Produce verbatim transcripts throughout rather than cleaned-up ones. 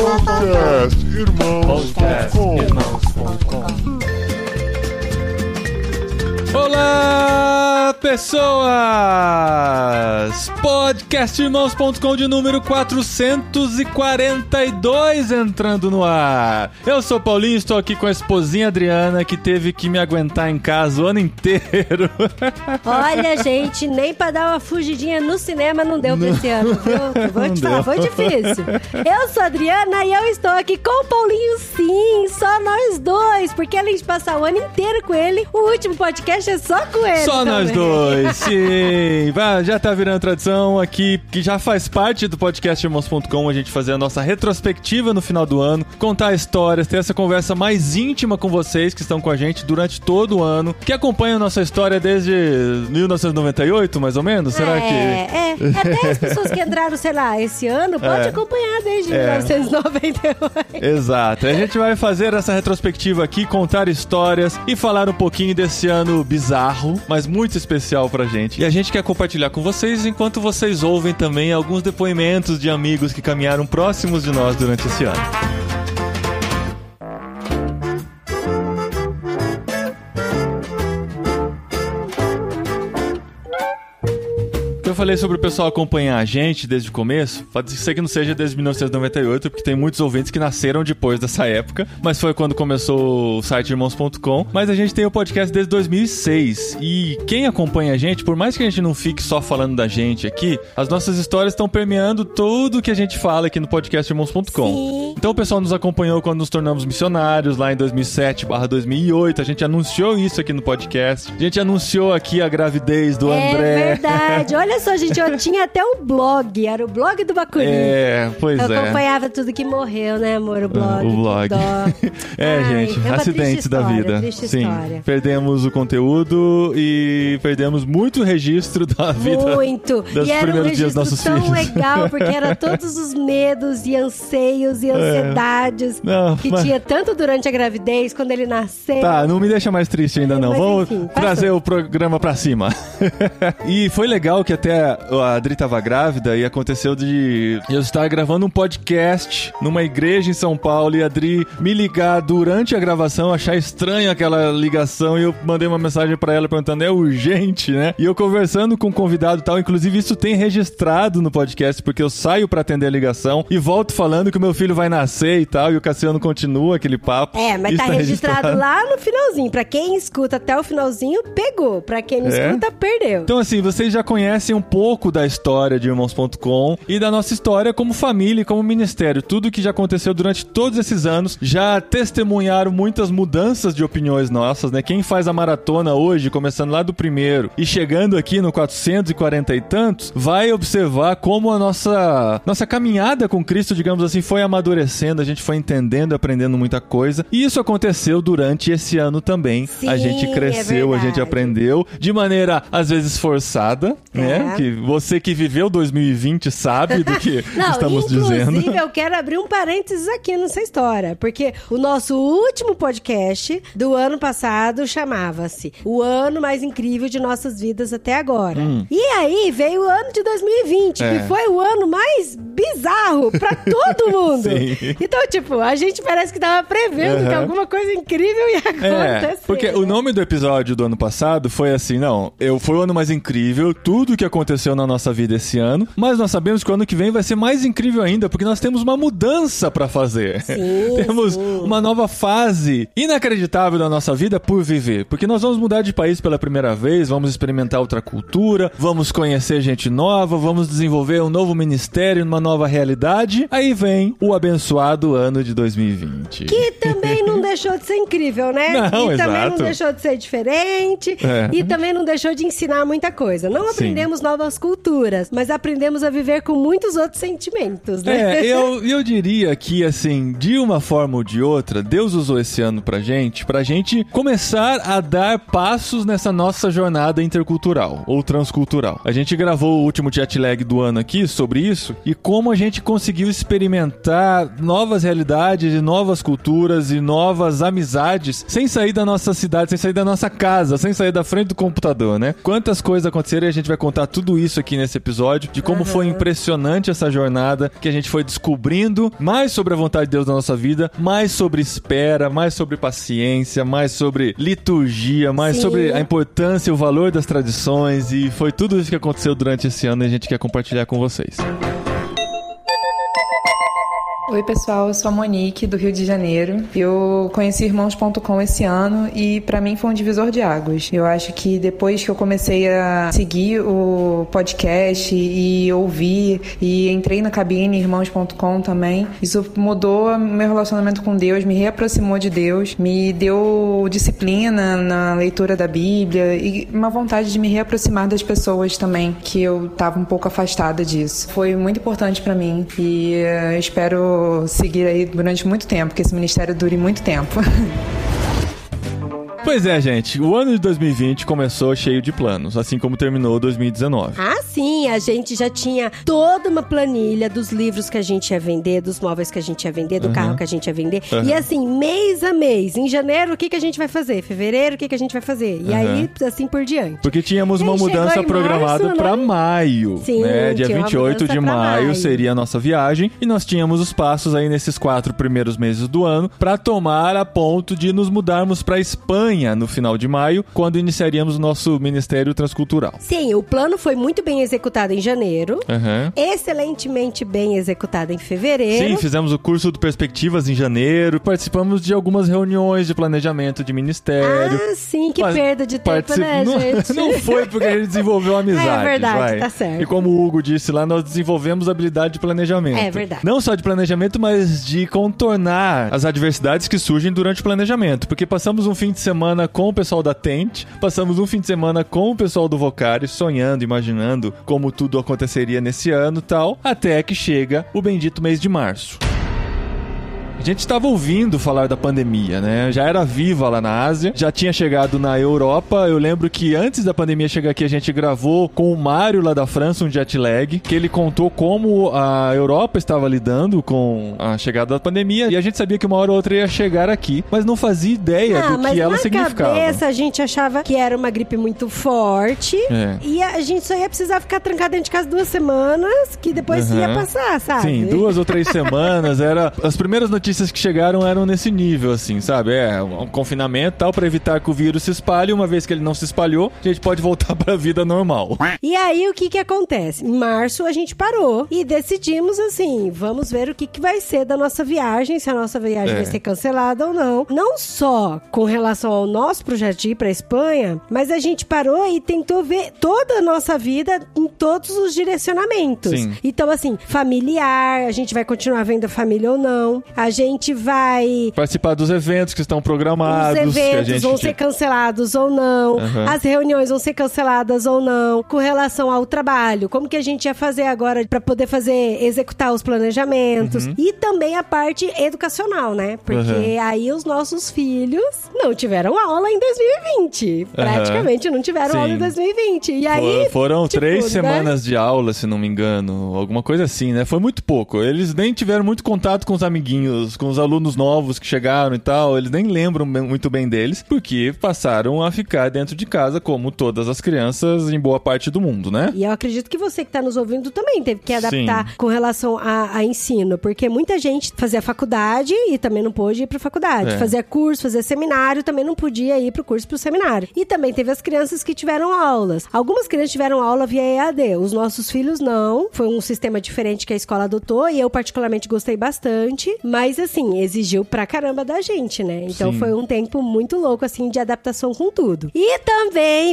Podcast Irmãos ponto com. Olá, pessoas! Podcast Irmãos ponto com de número quatrocentos e quarenta e dois entrando no ar. Eu sou Paulinho, estou aqui com a esposinha Adriana, que teve que me aguentar em casa o ano inteiro. Olha, gente, nem pra dar uma fugidinha no cinema não deu pra esse ano, viu? Vou te falar, foi difícil. Eu sou a Adriana e eu estou aqui com o Paulinho, sim, só nós dois, porque além de passar o ano inteiro com ele, o último podcast é só com ele. Só também. nós dois, sim. Vai, já tá virando tradição aqui, que já faz parte do podcast Irmãos ponto com, a gente fazer a nossa retrospectiva no final do ano, contar histórias, ter essa conversa mais íntima com vocês que estão com a gente durante todo o ano, que acompanham a nossa história desde mil novecentos e noventa e oito, mais ou menos? Será é, que... É, até as pessoas que entraram, sei lá, esse ano, pode É. acompanhar desde É. mil novecentos e noventa e oito. Exato. A gente vai fazer essa retrospectiva aqui, contar histórias e falar um pouquinho desse ano bizarro, mas muito especial pra gente. E a gente quer compartilhar com vocês enquanto vocês ouvem também alguns depoimentos de amigos que caminharam próximos de nós durante esse ano. Eu falei sobre o pessoal acompanhar a gente desde o começo. Pode ser que não seja desde mil novecentos e noventa e oito, porque tem muitos ouvintes que nasceram depois dessa época, mas foi quando começou o site Irmãos ponto com. Mas a gente tem o podcast desde dois mil e seis. E quem acompanha a gente, por mais que a gente não fique só falando da gente aqui, as nossas histórias estão permeando tudo que a gente fala aqui no podcast Irmãos ponto com. Sim. Então o pessoal nos acompanhou quando nos tornamos missionários, lá em dois mil e sete barra dois mil e oito. A gente anunciou isso aqui no podcast. A gente anunciou aqui a gravidez do É André. verdade. Olha só, gente, eu tinha até o blog, era o blog do Bacurinho. É, pois eu é. acompanhava tudo que morreu, né, amor? O blog. O blog. que dó. É, Ai, gente, é uma acidentes triste da história, vida. triste Sim, história. perdemos o conteúdo e perdemos muito registro da vida. Muito. Dos E era um primeiros dias registro dos nossos tão filhos. legal, porque era todos os medos e anseios e ansiedades Não, que mas- tinha tanto durante a gravidez, quando ele nasceu. Tá, não me deixa mais triste ainda não. Mas, Vamos enfim, trazer passou. o programa pra cima. E foi legal que até a Adri tava grávida e aconteceu de eu estar gravando um podcast numa igreja em São Paulo e a Adri me ligar durante a gravação, achar estranha aquela ligação, e eu mandei uma mensagem pra ela perguntando, é urgente, né? E eu conversando com o convidado e tal, inclusive isso tem registrado no podcast, porque eu saio pra atender a ligação e volto falando que o meu filho vai nascer e tal, e o Cassiano continua aquele papo. É, mas Isso tá registrado lá no finalzinho. Pra quem escuta até o finalzinho, pegou. Pra quem não É? escuta, perdeu. Então, assim, vocês já conhecem um pouco da história de Irmãos ponto com e da nossa história como família e como ministério. Tudo que já aconteceu durante todos esses anos, já testemunharam muitas mudanças de opiniões nossas, né? Quem faz a maratona hoje, começando lá do primeiro e chegando aqui no quatrocentos e quarenta e tantos, vai observar como a nossa, nossa caminhada com Cristo, digamos assim, foi amadurecendo, a gente foi entendendo, aprendendo muita coisa. E isso aconteceu durante esse ano também. Sim, a gente cresceu, é a gente verdade. aprendeu de maneira, às vezes, forçada, né? É. Que você que viveu dois mil e vinte sabe do que Não, estamos inclusive, dizendo. eu quero abrir um parênteses aqui nessa história, porque o nosso último podcast do ano passado chamava-se O Ano Mais Incrível de Nossas Vidas Até Agora. Hum. E aí veio o ano de dois mil e vinte, É. que foi o ano mais bizarro pra todo mundo. Sim. Então, tipo, a gente parece que tava prevendo Uhum. que alguma coisa incrível ia acontecer. É, porque né? o nome do episódio do ano passado foi assim, não, eu, foi o ano mais incrível, tudo que aconteceu na nossa vida esse ano, mas nós sabemos que o ano que vem vai ser mais incrível ainda, porque nós temos uma mudança pra fazer. Sim, Temos sim. uma nova fase inacreditável da nossa vida por viver, porque nós vamos mudar de país pela primeira vez, vamos experimentar outra cultura, vamos conhecer gente nova, vamos desenvolver um novo ministério, uma nova realidade. Aí vem o abençoado ano de dois mil e vinte. Que também não deixou de ser incrível, né? Não, e também exato. não deixou de ser diferente. É. E também não deixou de ensinar muita coisa. Não aprendemos novas culturas, mas aprendemos a viver com muitos outros sentimentos, né? É, eu, eu diria que, assim, de uma forma ou de outra, Deus usou esse ano pra gente, pra gente começar a dar passos nessa nossa jornada intercultural, ou transcultural. A gente gravou o último jet lag do ano aqui sobre isso, e como a gente conseguiu experimentar novas realidades e novas culturas e novas amizades, sem sair da nossa cidade, sem sair da nossa casa, sem sair da frente do computador, né? Quantas coisas aconteceram e a gente vai contar tudo tudo isso aqui nesse episódio, de como uhum. foi impressionante essa jornada, que a gente foi descobrindo mais sobre a vontade de Deus na nossa vida, mais sobre espera, mais sobre paciência, mais sobre liturgia, mais Sim. sobre a importância e o valor das tradições, e foi tudo isso que aconteceu durante esse ano e a gente quer compartilhar com vocês. Oi pessoal, eu sou a Monique do Rio de Janeiro. Eu conheci irmãos ponto com esse ano e pra mim foi um divisor de águas. Eu acho que depois que eu comecei a seguir o podcast e ouvir e entrei na cabine irmãos ponto com também, isso mudou meu relacionamento com Deus, me reaproximou de Deus, me deu disciplina na leitura da Bíblia e uma vontade de me reaproximar das pessoas também, que eu tava um pouco afastada disso. Foi muito importante pra mim e uh, espero seguir aí durante muito tempo, que esse ministério dure muito tempo. Pois é, gente, o ano de dois mil e vinte começou cheio de planos, assim como terminou dois mil e dezenove. Ah, sim, a gente já tinha toda uma planilha dos livros que a gente ia vender, dos móveis que a gente ia vender, do uhum. carro que a gente ia vender. Uhum. E assim, mês a mês, em janeiro, o que, que a gente vai fazer? Fevereiro, o que, que a gente vai fazer? E uhum. aí, assim por diante. Porque tínhamos uma mudança programada para né? maio, sim, né? Dia vinte e oito de maio, maio seria a nossa viagem, e nós tínhamos os passos aí nesses quatro primeiros meses do ano para tomar a ponto de nos mudarmos para Espanha no final de maio, quando iniciaríamos o nosso Ministério Transcultural. Sim, o plano foi muito bem executado em janeiro, uhum. excelentemente bem executado em fevereiro. Sim, fizemos o curso do Perspectivas em janeiro, participamos de algumas reuniões de planejamento de ministério. Ah, sim, que Mas perda de tempo, particip... né, não, gente? Não foi porque a gente desenvolveu amizade. É verdade, vai. tá certo. E como o Hugo disse lá, nós desenvolvemos habilidade de planejamento. É verdade. Não só de planejamento, mas de contornar as adversidades que surgem durante o planejamento, porque passamos um fim de semana com o pessoal da Tent, passamos um fim de semana com o pessoal do Vocari, sonhando, imaginando como tudo aconteceria nesse ano e tal, até que chega o bendito mês de março. A gente estava ouvindo falar da pandemia, né? Já era viva lá na Ásia, já tinha chegado na Europa. Eu lembro que antes da pandemia chegar aqui, a gente gravou com o Mário lá da França um jet lag, que ele contou como a Europa estava lidando com a chegada da pandemia, e a gente sabia que uma hora ou outra ia chegar aqui, mas não fazia ideia ah, do que ela significava. Na cabeça a gente achava que era uma gripe muito forte, é. e a gente só ia precisar ficar trancado dentro de casa duas semanas, que depois uhum. ia passar, sabe? Sim, duas ou três semanas, era... As primeiras notícias que chegaram eram nesse nível, assim, sabe? É, um confinamento e tal, pra evitar que o vírus se espalhe. Uma vez que ele não se espalhou, a gente pode voltar pra vida normal. E aí, o que que acontece? Em março, a gente parou e decidimos, assim, vamos ver o que que vai ser da nossa viagem, se a nossa viagem é. vai ser cancelada ou não. Não só com relação ao nosso projeto de ir pra Espanha, mas a gente parou e tentou ver toda a nossa vida em todos os direcionamentos. Sim. Então, assim, familiar, a gente vai continuar vendo a família ou não. A gente vai... participar dos eventos que estão programados. Os eventos que a gente... vão ser cancelados ou não. Uhum. As reuniões vão ser canceladas ou não. Com relação ao trabalho, como que a gente ia fazer agora para poder fazer, executar os planejamentos. Uhum. E também a parte educacional, né? Porque uhum. aí os nossos filhos não tiveram aula em dois mil e vinte. Praticamente uhum. não tiveram Sim. aula em dois mil e vinte. E aí... Foram tipo, três né? semanas de aula, se não me engano. Alguma coisa assim, né? Foi muito pouco. Eles nem tiveram muito contato com os amiguinhos, com os alunos novos que chegaram e tal. Eles nem lembram muito bem deles, porque passaram a ficar dentro de casa, como todas as crianças em boa parte do mundo, né? E eu acredito que você que tá nos ouvindo também teve que adaptar Sim. com relação a, a ensino, porque muita gente fazia faculdade e também não pôde ir pra faculdade. É. Fazia curso, fazia seminário, também não podia ir pro curso, pro seminário. E também teve as crianças que tiveram aulas. Algumas crianças tiveram aula via E A D, os nossos filhos não. Foi um sistema diferente que a escola adotou e eu particularmente gostei bastante, mas assim, exigiu pra caramba da gente, né? Então Sim. foi um tempo muito louco, assim, de adaptação com tudo. E também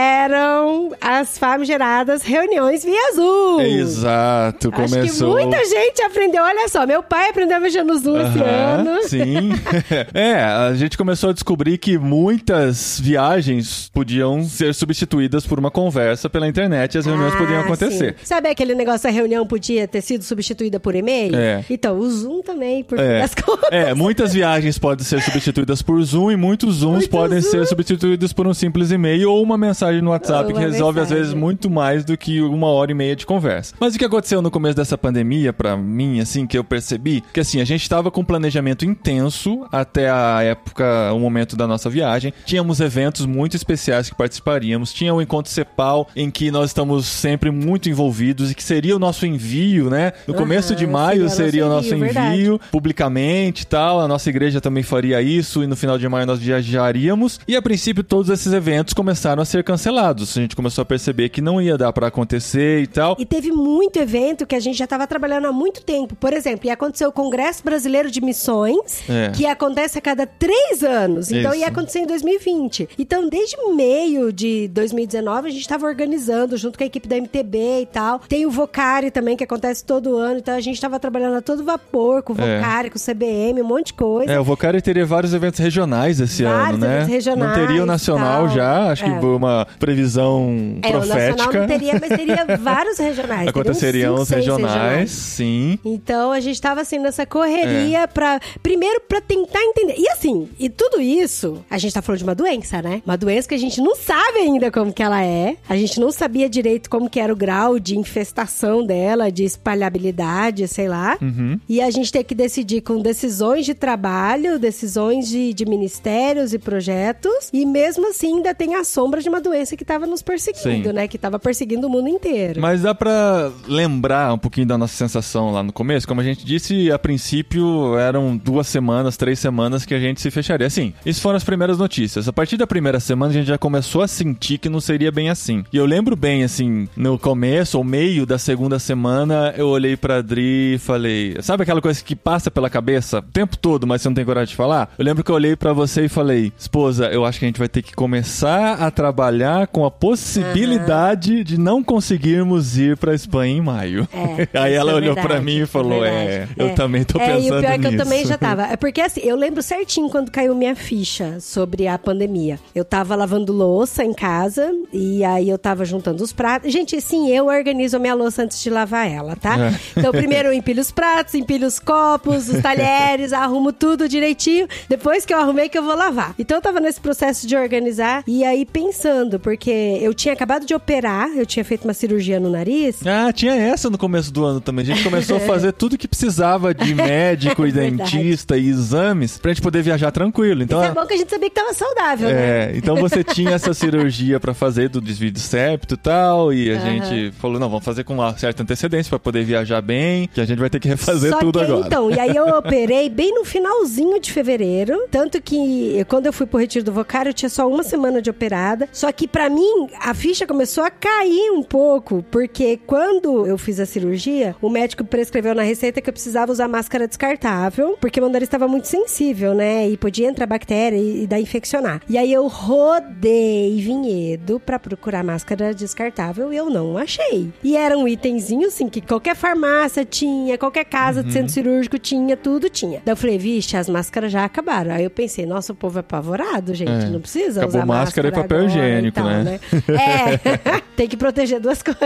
vieram as famigeradas reuniões via Zoom. Exato, começou... Acho que muita gente aprendeu, olha só, meu pai aprendeu a mexer no Zoom uh-huh, esse ano. Sim. É, a gente começou a descobrir que muitas viagens podiam ser substituídas por uma conversa pela internet e as reuniões ah, podiam acontecer. Sim. Sabe aquele negócio, a reunião podia ter sido substituída por e-mail? É. Então, o Zoom também, por é. É. das contas. É, muitas viagens podem ser substituídas por Zoom e muitos Zooms Muito podem Zoom. ser substituídos por um simples e-mail ou uma mensagem no WhatsApp Uma que resolve mensagem. às vezes muito mais do que uma hora e meia de conversa. Mas o que aconteceu no começo dessa pandemia, pra mim, assim, que eu percebi, que assim, a gente tava com um planejamento intenso até a época, o momento da nossa viagem. Tínhamos eventos muito especiais que participaríamos. Tinha o Encontro Cepal, em que nós estamos sempre muito envolvidos e que seria o nosso envio, né? No começo Aham, de maio seria seria o nosso nosso envio, envio, verdade. publicamente e tal. A nossa igreja também faria isso e no final de maio nós viajaríamos. E a princípio todos esses eventos começaram a ser cancelados. A gente começou a perceber que não ia dar pra acontecer e tal. E teve muito evento que a gente já estava trabalhando há muito tempo. Por exemplo, ia acontecer o Congresso Brasileiro de Missões, É. que acontece a cada três anos. Então Isso. ia acontecer em dois mil e vinte. Então, desde meio de dois mil e dezenove, a gente estava organizando junto com a equipe da M T B e tal. Tem o Vocari também, que acontece todo ano. Então, a gente estava trabalhando a todo vapor com o É. Vocari, com o C B M, um monte de coisa. É, o Vocari teria vários eventos regionais esse Vários ano, né? eventos regionais Não teria o nacional e tal. já, acho É. que foi uma previsão É, o profética. nacional não teria, mas teria vários regionais. Aconteceriam Teriam os cinco, seis regionais, sim. Então a gente tava assim nessa correria É. pra. Primeiro pra tentar entender. E assim, e tudo isso, a gente tá falando de uma doença, né? Uma doença que a gente não sabe ainda como que ela é. A gente não sabia direito como que era o grau de infestação dela, de espalhabilidade, sei lá. Uhum. E a gente tem que decidir com decisões de trabalho, decisões de, de ministérios e projetos. E mesmo assim ainda tem a sombra de uma doença que tava nos perseguindo, Sim. né? Que tava perseguindo o mundo inteiro. Mas dá pra lembrar um pouquinho da nossa sensação lá no começo. Como a gente disse, a princípio eram duas semanas, três semanas que a gente se fecharia. Assim, isso foram as primeiras notícias. A partir da primeira semana a gente já começou a sentir que não seria bem assim. E eu lembro bem, assim, no começo ou meio da segunda semana, eu olhei pra Adri e falei... Sabe aquela coisa que passa pela cabeça o tempo todo, mas você não tem coragem de falar? Eu lembro que eu olhei pra você e falei... Esposa, eu acho que a gente vai ter que começar a trabalhar com a possibilidade uhum. de não conseguirmos ir pra Espanha em maio. É, Aí ela é olhou verdade, pra mim e falou, é, eu é. também tô é, pensando nisso. E o pior é que eu também já tava. É porque assim, eu lembro certinho quando caiu minha ficha sobre a pandemia. Eu tava lavando louça em casa e aí eu tava juntando os pratos. Gente, sim, eu organizo a minha louça antes de lavar ela, tá? É. Então primeiro eu empilho os pratos, empilho os copos, os talheres, arrumo tudo direitinho. Depois que eu arrumei que eu vou lavar. Então eu tava nesse processo de organizar e aí pensando, porque eu tinha acabado de operar, eu tinha feito uma cirurgia no nariz. Ah, tinha essa no começo do ano também. A gente começou a fazer tudo que precisava de médico e dentista e exames pra gente poder viajar tranquilo. Então, Isso é bom que a gente sabia que tava saudável, né? É, então você tinha essa cirurgia pra fazer do desvio de septo e tal, e a uhum. gente falou, não, vamos fazer com uma certa antecedência pra poder viajar bem, que a gente vai ter que refazer Só tudo que, agora. Então, e aí eu operei bem no finalzinho de fevereiro, tanto que quando eu fui pro Retiro do Vocari, eu tinha só uma semana de operada, só que pra mim, a ficha começou a cair um pouco, porque quando eu fiz a cirurgia, o médico prescreveu na receita que eu precisava usar máscara descartável, porque meu nariz estava muito sensível, né, e podia entrar bactéria e, e daí infeccionar. E aí eu rodei Vinhedo pra procurar máscara descartável e eu não achei. E era um itemzinho, assim, que qualquer farmácia tinha, qualquer casa uhum. de centro cirúrgico tinha, tudo tinha. Daí eu falei, vixe, as máscaras já acabaram. Aí eu pensei, nossa, o povo é apavorado, gente, é. não precisa Acabou usar máscara máscara e papel agora, higiênico, então, né? né? É, tem que proteger duas coisas.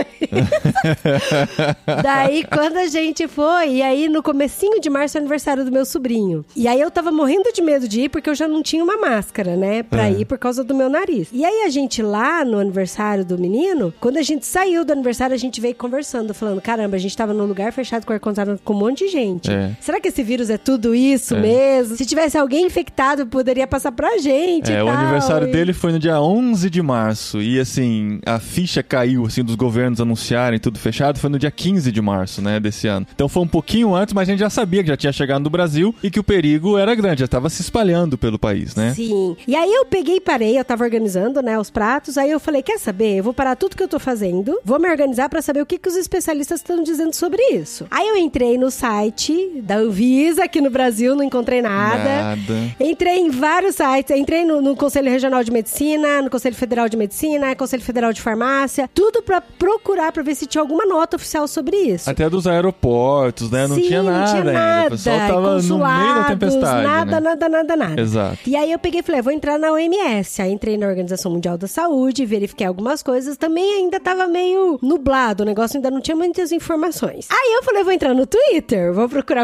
Daí, quando a gente foi, e aí no comecinho de março é o aniversário do meu sobrinho. E aí eu tava morrendo de medo de ir, porque eu já não tinha uma máscara, né? Pra é. ir por causa do meu nariz. E aí a gente lá no aniversário do menino, quando a gente saiu do aniversário, a gente veio conversando, falando, caramba, a gente tava num lugar fechado com ar-condicionado com um monte de gente. É. Será que esse vírus é tudo isso é. mesmo? Se tivesse alguém infectado, poderia passar pra gente É, e o tal. aniversário e... dele foi no dia onze de março. E assim, a ficha caiu, assim, dos governos anunciarem tudo fechado, foi no dia quinze de março, né, desse ano. Então foi um pouquinho antes, mas a gente já sabia que já tinha chegado no Brasil e que o perigo era grande, já estava se espalhando pelo país, né? Sim. E aí eu peguei e parei, eu tava organizando, né, os pratos, aí eu falei, quer saber? Eu vou parar tudo que eu tô fazendo, vou me organizar pra saber o que, que os especialistas estão dizendo sobre isso. Aí eu entrei no site da Anvisa aqui no Brasil, não encontrei nada. Nada. Entrei em vários sites, entrei no, no Conselho Regional de Medicina, no Conselho Federal de Medicina, Conselho Federal de Farmácia, tudo pra procurar, pra ver se tinha alguma nota oficial sobre isso. Até dos aeroportos, né? Não Sim, tinha nada, não tinha ainda. nada. O pessoal tava no meio da tempestade, nada, né? nada, nada, nada. Exato. E aí eu peguei e falei, vou entrar na O M S. Aí entrei na Organização Mundial da Saúde, verifiquei algumas coisas. Também ainda tava meio nublado, o negócio ainda não tinha muitas informações. Aí eu falei, vou entrar no Twitter, vou procurar o que, que o povo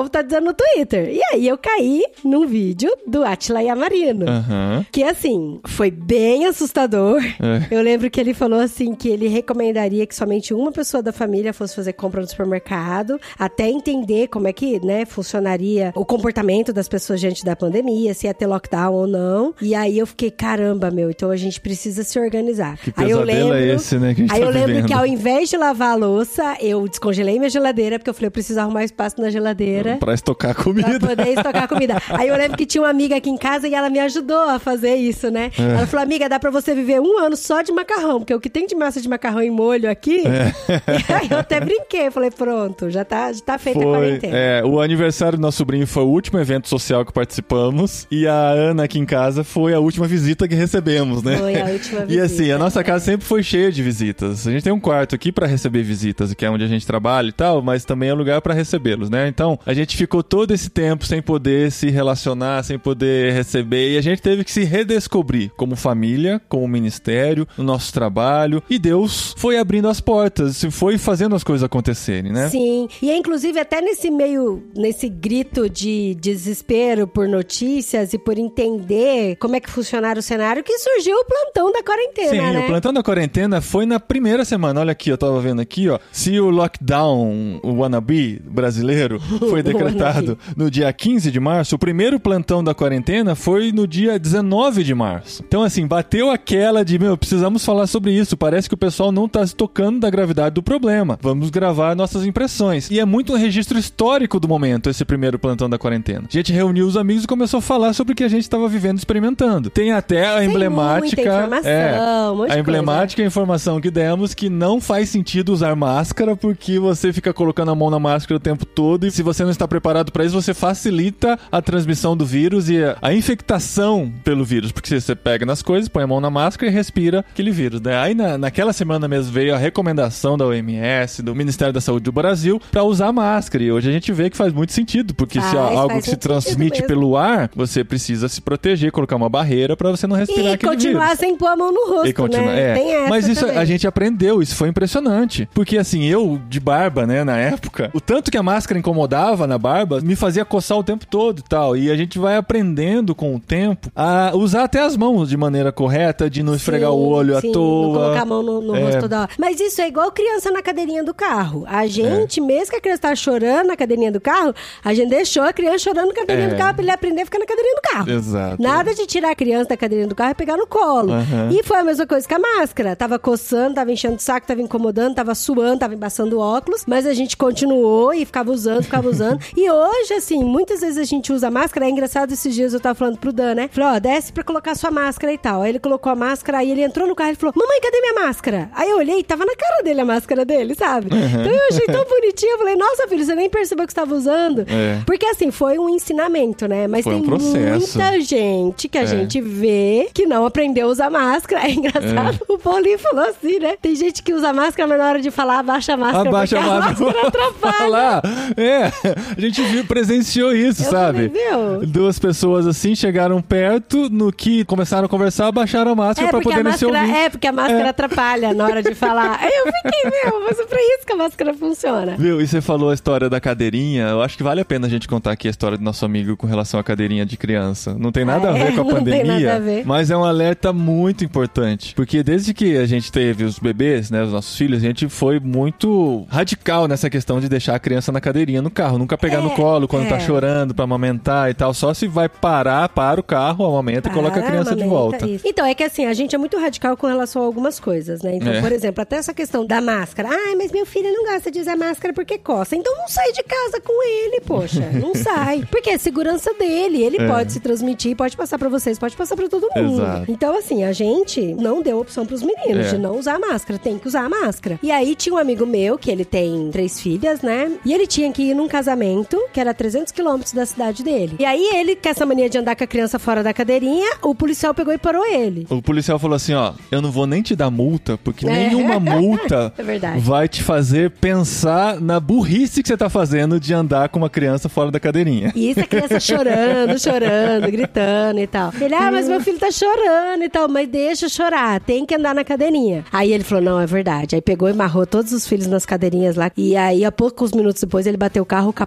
povo tá dizendo no Twitter. E aí eu caí num vídeo do Átila Yamarino. Uhum. Que, assim, foi bem assustador. É. Eu lembro que ele falou, assim, que ele recomendaria que somente uma pessoa da família fosse fazer compra no supermercado, até entender como é que, né, funcionaria o comportamento das pessoas diante da pandemia, se ia ter lockdown ou não. E aí eu fiquei, caramba, meu, então a gente precisa se organizar. Que aí eu lembro, é esse, né, que a gente Aí tá eu lembro vivendo. que ao invés de lavar a louça, eu descongelei minha geladeira, porque eu falei, eu preciso arrumar espaço na geladeira. Pra estocar comida. Pra poder estocar comida. Aí eu lembro que tinha uma amiga aqui em casa e ela me ajudou a fazer isso, né? É. Ela falou, amiga, dá pra você viver um ano só de macarrão, porque o que tem de massa de macarrão em molho aqui... É. E aí eu até brinquei, falei, pronto, já tá, já tá feita foi, a quarentena. É, o aniversário do nosso sobrinho foi o último evento social que participamos e a Ana aqui em casa foi a última visita que recebemos, né? Foi a última visita. E assim, a nossa casa é. sempre foi cheia de visitas. A gente tem um quarto aqui pra receber visitas, que é onde a gente trabalha e tal, mas também é lugar pra recebê-los, né? Então, a gente ficou todo esse tempo sem poder se relacionar, sem poder receber, e a gente teve que se redescobrir como família, como ministério, no nosso trabalho, e Deus foi abrindo as portas, foi fazendo as coisas acontecerem, né? Sim, e inclusive até nesse meio, nesse grito de desespero por notícias e por entender como é que funcionava o cenário, que surgiu o plantão da quarentena, Sim, né? o plantão da quarentena foi na primeira semana. Olha aqui, eu tava vendo aqui, ó. Se o lockdown, o wannabe brasileiro, foi decretado no dia quinze de março, o primeiro plantão da quarentena foi no dia dezenove de março. Então, assim, bateu aquela de, meu, precisamos falar sobre isso. Parece que o pessoal não tá se tocando da gravidade do problema. Vamos gravar nossas impressões. E é muito um registro histórico do momento, esse primeiro plantão da quarentena. A gente reuniu os amigos e começou a falar sobre o que a gente estava vivendo, experimentando. Tem até a Tem emblemática... muita informação, é, um monte de a emblemática coisa. informação que demos que não faz sentido usar máscara porque você fica colocando a mão na máscara o tempo todo e se você não está preparado para isso, você facilita a transmissão do vírus e a, a infectação pelo vírus, porque você pega nas coisas, põe a mão na máscara e respira aquele vírus, né? Aí na, naquela semana mesmo veio a recomendação da O M S, do Ministério da Saúde do Brasil, para usar máscara, e hoje a gente vê que faz muito sentido, porque faz, se há algo que se transmite mesmo. pelo ar, você precisa se proteger, colocar uma barreira para você não respirar e aquele vírus. E continuar sem pôr a mão no rosto, E continua, né? é. Tem essa Mas isso também. a gente aprendeu, isso foi impressionante. Porque assim, eu de barba, né, na época, o tanto que a máscara incomodava na barba, me fazia coçar o tempo todo e tal. E a gente vai aprendendo com o tempo a usar até as mãos de maneira correta, de não sim, esfregar o olho sim, à toa. Não colocar a mão no, no é. rosto toda hora. Mas isso é igual criança na cadeirinha do carro. A gente, é. mesmo que a criança tá chorando na cadeirinha do carro, a gente deixou a criança chorando na cadeirinha é. do carro pra ele aprender a ficar na cadeirinha do carro. Exato. Nada de tirar a criança da cadeirinha do carro e pegar no colo. Uhum. E foi a mesma coisa que a máscara. Tava coçando, tava enchendo o saco, tava incomodando, tava suando, tava embaçando o óculos, mas a gente continuou e ficava usando, ficava usando. E hoje, assim, muitas vezes a gente usa máscara. É engraçado, esses dias eu tava falando pro Dan, né? Falei, ó, desce pra colocar sua máscara e tal. Aí ele colocou a máscara, aí ele entrou no carro e falou, mamãe, cadê minha máscara? Aí eu olhei e tava na cara dele a máscara dele, sabe? Uhum. Então eu achei tão bonitinho. Eu falei, nossa, filho, você nem percebeu que você tava usando. É. Porque, assim, foi um ensinamento, né? Mas foi tem um processo. muita gente que a é. gente vê que não aprendeu a usar máscara. É engraçado. É. O Paulinho falou assim, né? Tem gente que usa máscara, mas na hora de falar, abaixa a máscara. Abaixa porque a máscara. A máscara atrapalha. Falar. É, a gente viu, presenciou isso, eu sabe? Viu? Duas pessoas assim chegaram perto, no que começaram a conversar, abaixaram a máscara é pra poderem se ouvir. É, porque a máscara é. atrapalha na hora de falar. Aí eu fiquei, meu, mas é pra isso que a máscara funciona. Viu? E você falou a história da cadeirinha. Eu acho que vale a pena a gente contar aqui a história do nosso amigo com relação à cadeirinha de criança. Não tem nada ah, a ver é? com a Não pandemia, tem nada a ver. Mas é um alerta muito importante. Porque desde que a gente teve os bebês, né, os nossos filhos, a gente foi muito radical nessa questão de deixar a criança na cadeirinha no carro. Nunca pegar é, no colo quando é. tá chorando pra amamentar e tal. Só se vai parar, para o carro, amamenta para, e coloca a criança amamenta, de volta. Isso. Então, é que assim, a gente é muito radical com relação a algumas coisas, né? Então, é. por exemplo, até essa questão da máscara. Ah, mas meu filho não gosta de usar máscara porque coça. Então não sai de casa com ele, poxa. Não sai. Porque é segurança dele. Ele é. pode se transmitir, pode passar pra vocês, pode passar pra todo mundo. Exato. Então, assim, a gente não deu opção pros meninos é. de não usar máscara. Tem que usar a máscara. E aí tinha um amigo meu, que ele tem três filhas, né? E ele tinha que ir num casamento, que era trezentos quilômetros da cidade dele. E aí ele, com essa mania de andar com a criança fora da cadeirinha, o policial pegou e parou ele. O policial falou assim, ó, eu não vou nem te dar multa, porque é. nenhuma multa é vai te fazer pensar na burrice que você tá fazendo de andar com uma criança fora da cadeirinha. E isso, a criança chorando, chorando, gritando e tal. Ele, ah, mas meu filho tá chorando e tal, mas deixa chorar, tem que andar na cadeirinha. Aí ele falou, não, é verdade. Aí pegou e amarrou todos os filhos nas cadeirinhas lá, e aí, a poucos minutos depois, ele bateu o carro, capotou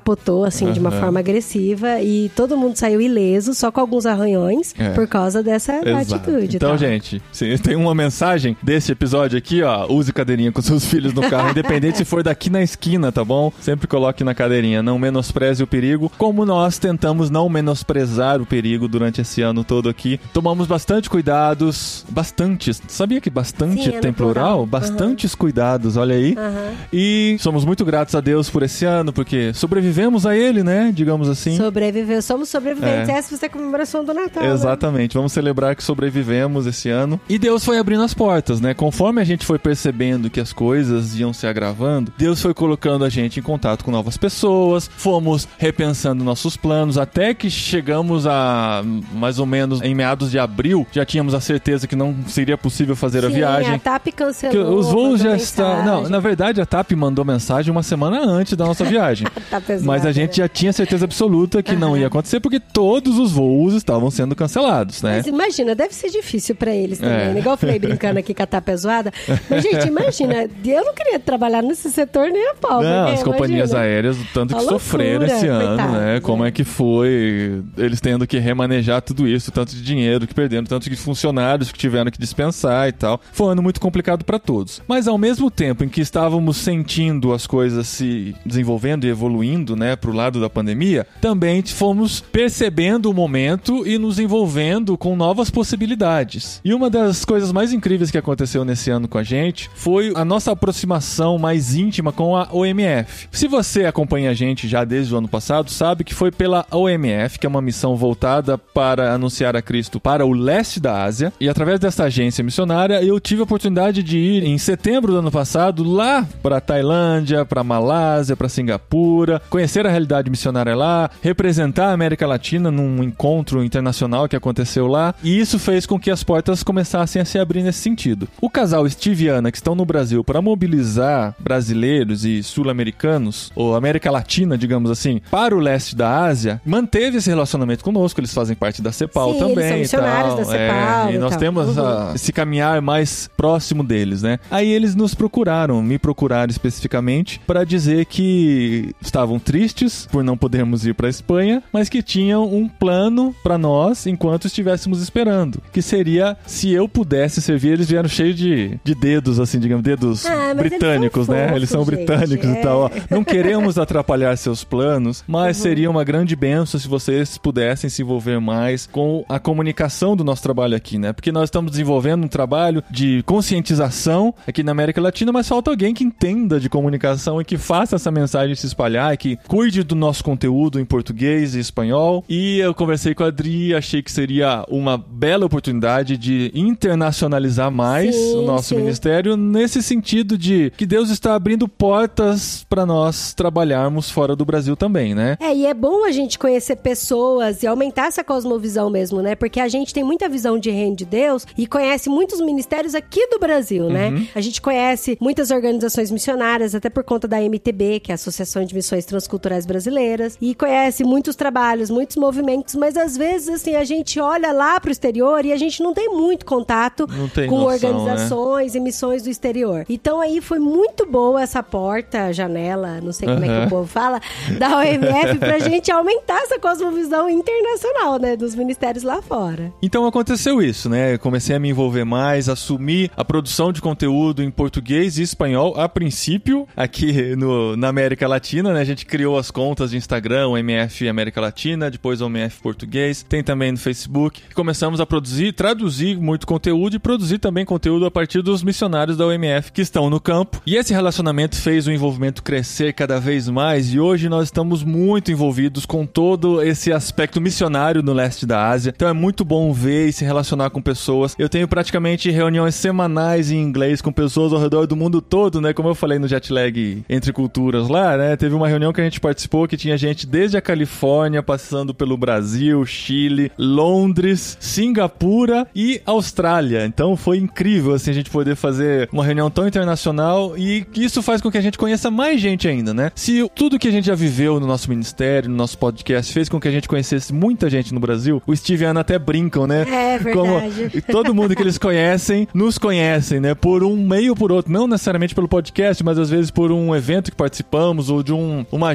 capotou, assim, uhum. de uma forma agressiva e todo mundo saiu ileso, só com alguns arranhões, é. por causa dessa Exato. atitude. Então, tá? gente, se tem uma mensagem desse episódio aqui, ó, use cadeirinha com seus filhos no carro, independente se for daqui na esquina, tá bom? Sempre coloque na cadeirinha, não menospreze o perigo, como nós tentamos não menosprezar o perigo durante esse ano todo aqui. Tomamos bastante cuidados, bastantes, sabia que bastante Sim, tem plural? plural? Bastantes uhum. cuidados, olha aí. Uhum. E somos muito gratos a Deus por esse ano, porque sobrevivemos a ele, né? Digamos assim. Sobreviveu, somos sobreviventes. É. Essa vai ser a comemoração do Natal. Exatamente, né? Vamos celebrar que sobrevivemos esse ano. E Deus foi abrindo as portas, né? Conforme a gente foi percebendo que as coisas iam se agravando, Deus foi colocando a gente em contato com novas pessoas, fomos repensando nossos planos, até que chegamos a mais ou menos em meados de abril, já tínhamos a certeza que não seria possível fazer Sim, a viagem. a TAP cancelou. Que os voos já estão... Não, na verdade. verdade a TAP mandou mensagem uma semana antes da nossa viagem. Tá pesado, Mas a gente né? já tinha certeza absoluta que uhum. não ia acontecer, porque todos os voos estavam sendo cancelados, né? Mas imagina, deve ser difícil pra eles também, É. né? Igual eu falei brincando aqui com a TAP é zoada. Mas, gente, imagina, eu não queria trabalhar nesse setor nem a pau. Não, porque, as companhias imagina. aéreas, o tanto que Uma sofreram loucura, esse ano, coitados, né? Como né? é que foi eles tendo que remanejar tudo isso, tanto de dinheiro que perderam, tanto de funcionários que tiveram que dispensar e tal. Foi um ano muito complicado para todos. Mas ao mesmo tempo em que estávamos sentindo as coisas se desenvolvendo e evoluindo, né, pro lado da pandemia, também fomos percebendo o momento e nos envolvendo com novas possibilidades. E uma das coisas mais incríveis que aconteceu nesse ano com a gente foi a nossa aproximação mais íntima com a O M F. Se você acompanha a gente já desde o ano passado, sabe que foi pela O M F, que é uma missão voltada para anunciar a Cristo para o leste da Ásia, e através dessa agência missionária eu tive a oportunidade de ir em setembro do ano passado lá para Tailândia, para Malásia, para Singapura, conhecer a realidade missionária lá, representar a América Latina num encontro internacional que aconteceu lá, e isso fez com que as portas começassem a se abrir nesse sentido. O casal Steve e Ana, que estão no Brasil para mobilizar brasileiros e sul-americanos, ou América Latina, digamos assim, para o leste da Ásia, manteve esse relacionamento conosco, eles fazem parte da CEPAL Sim, também. eles são missionários e tal, da CEPAL é, e e nós tal. temos Uhum. a, esse caminhar mais próximo deles, né? Aí eles nos procuraram, me procuraram especificamente para dizer que estavam tristes por não podermos ir para a Espanha, mas que tinham um plano para nós enquanto estivéssemos esperando, que seria se eu pudesse servir. Eles vieram cheios de, de dedos, assim, digamos, dedos Ah, mas britânicos, eles são né? fofos, Eles são gente, britânicos é. e tal. Ó. Não queremos atrapalhar seus planos, mas Uhum. seria uma grande bênção se vocês pudessem se envolver mais com a comunicação do nosso trabalho aqui, né? Porque nós estamos desenvolvendo um trabalho de conscientização aqui na América Latina, mas falta alguém que entenda de comunicação e que faça essa mensagem se espalhar, e que cuide do nosso conteúdo em português e espanhol. E eu conversei com a Adri e achei que seria uma bela oportunidade de internacionalizar mais Sim, o nosso sim. ministério, nesse sentido de que Deus está abrindo portas para nós trabalharmos fora do Brasil também, né? É, e é bom a gente conhecer pessoas e aumentar essa cosmovisão mesmo, né? Porque a gente tem muita visão de reino de Deus e conhece muitos ministérios aqui do Brasil, né? Uhum. A gente conhece muitas organizações missionárias, até por conta da M T B, que é a Associação de Missões Transculturais Brasileiras, e conhece muitos trabalhos, muitos movimentos, mas às vezes, assim, a gente olha lá pro exterior e a gente não tem muito contato Não tem com noção, organizações e missões do exterior. Então aí foi muito boa essa porta, janela, não sei como é que Uhum. o povo fala, da O M F pra gente aumentar essa cosmovisão internacional, né, dos ministérios lá fora. Então aconteceu isso, né? Eu comecei a me envolver mais, assumir a produção de conteúdo em português e espanhol, a princípio, aqui no, na América Latina, né? A gente criou as contas de Instagram, o M F América Latina, depois o M F Português, tem também no Facebook. E começamos a produzir, traduzir muito conteúdo e produzir também conteúdo a partir dos missionários da O M F que estão no campo. E esse relacionamento fez o envolvimento crescer cada vez mais, e hoje nós estamos muito envolvidos com todo esse aspecto missionário no leste da Ásia. Então é muito bom ver e se relacionar com pessoas. Eu tenho praticamente reuniões semanais em inglês com pessoas ao redor do mundo todo, né? Como eu falei no jet lag entre culturas lá, né? Teve uma reunião que a gente participou que tinha gente desde a Califórnia, passando pelo Brasil, Chile, Londres, Singapura e Austrália. Então foi incrível, assim, a gente poder fazer uma reunião tão internacional, e isso faz com que a gente conheça mais gente ainda, né? Se tudo que a gente já viveu no nosso ministério, no nosso podcast, fez com que a gente conhecesse muita gente no Brasil, o Steve e a Ana até brincam, né? É verdade. Como todo mundo que eles conhecem, nos conhecem, né? Por um meio ou por outro. Não necessariamente pelo podcast, mas às vezes por um evento que participamos, ou de um, uma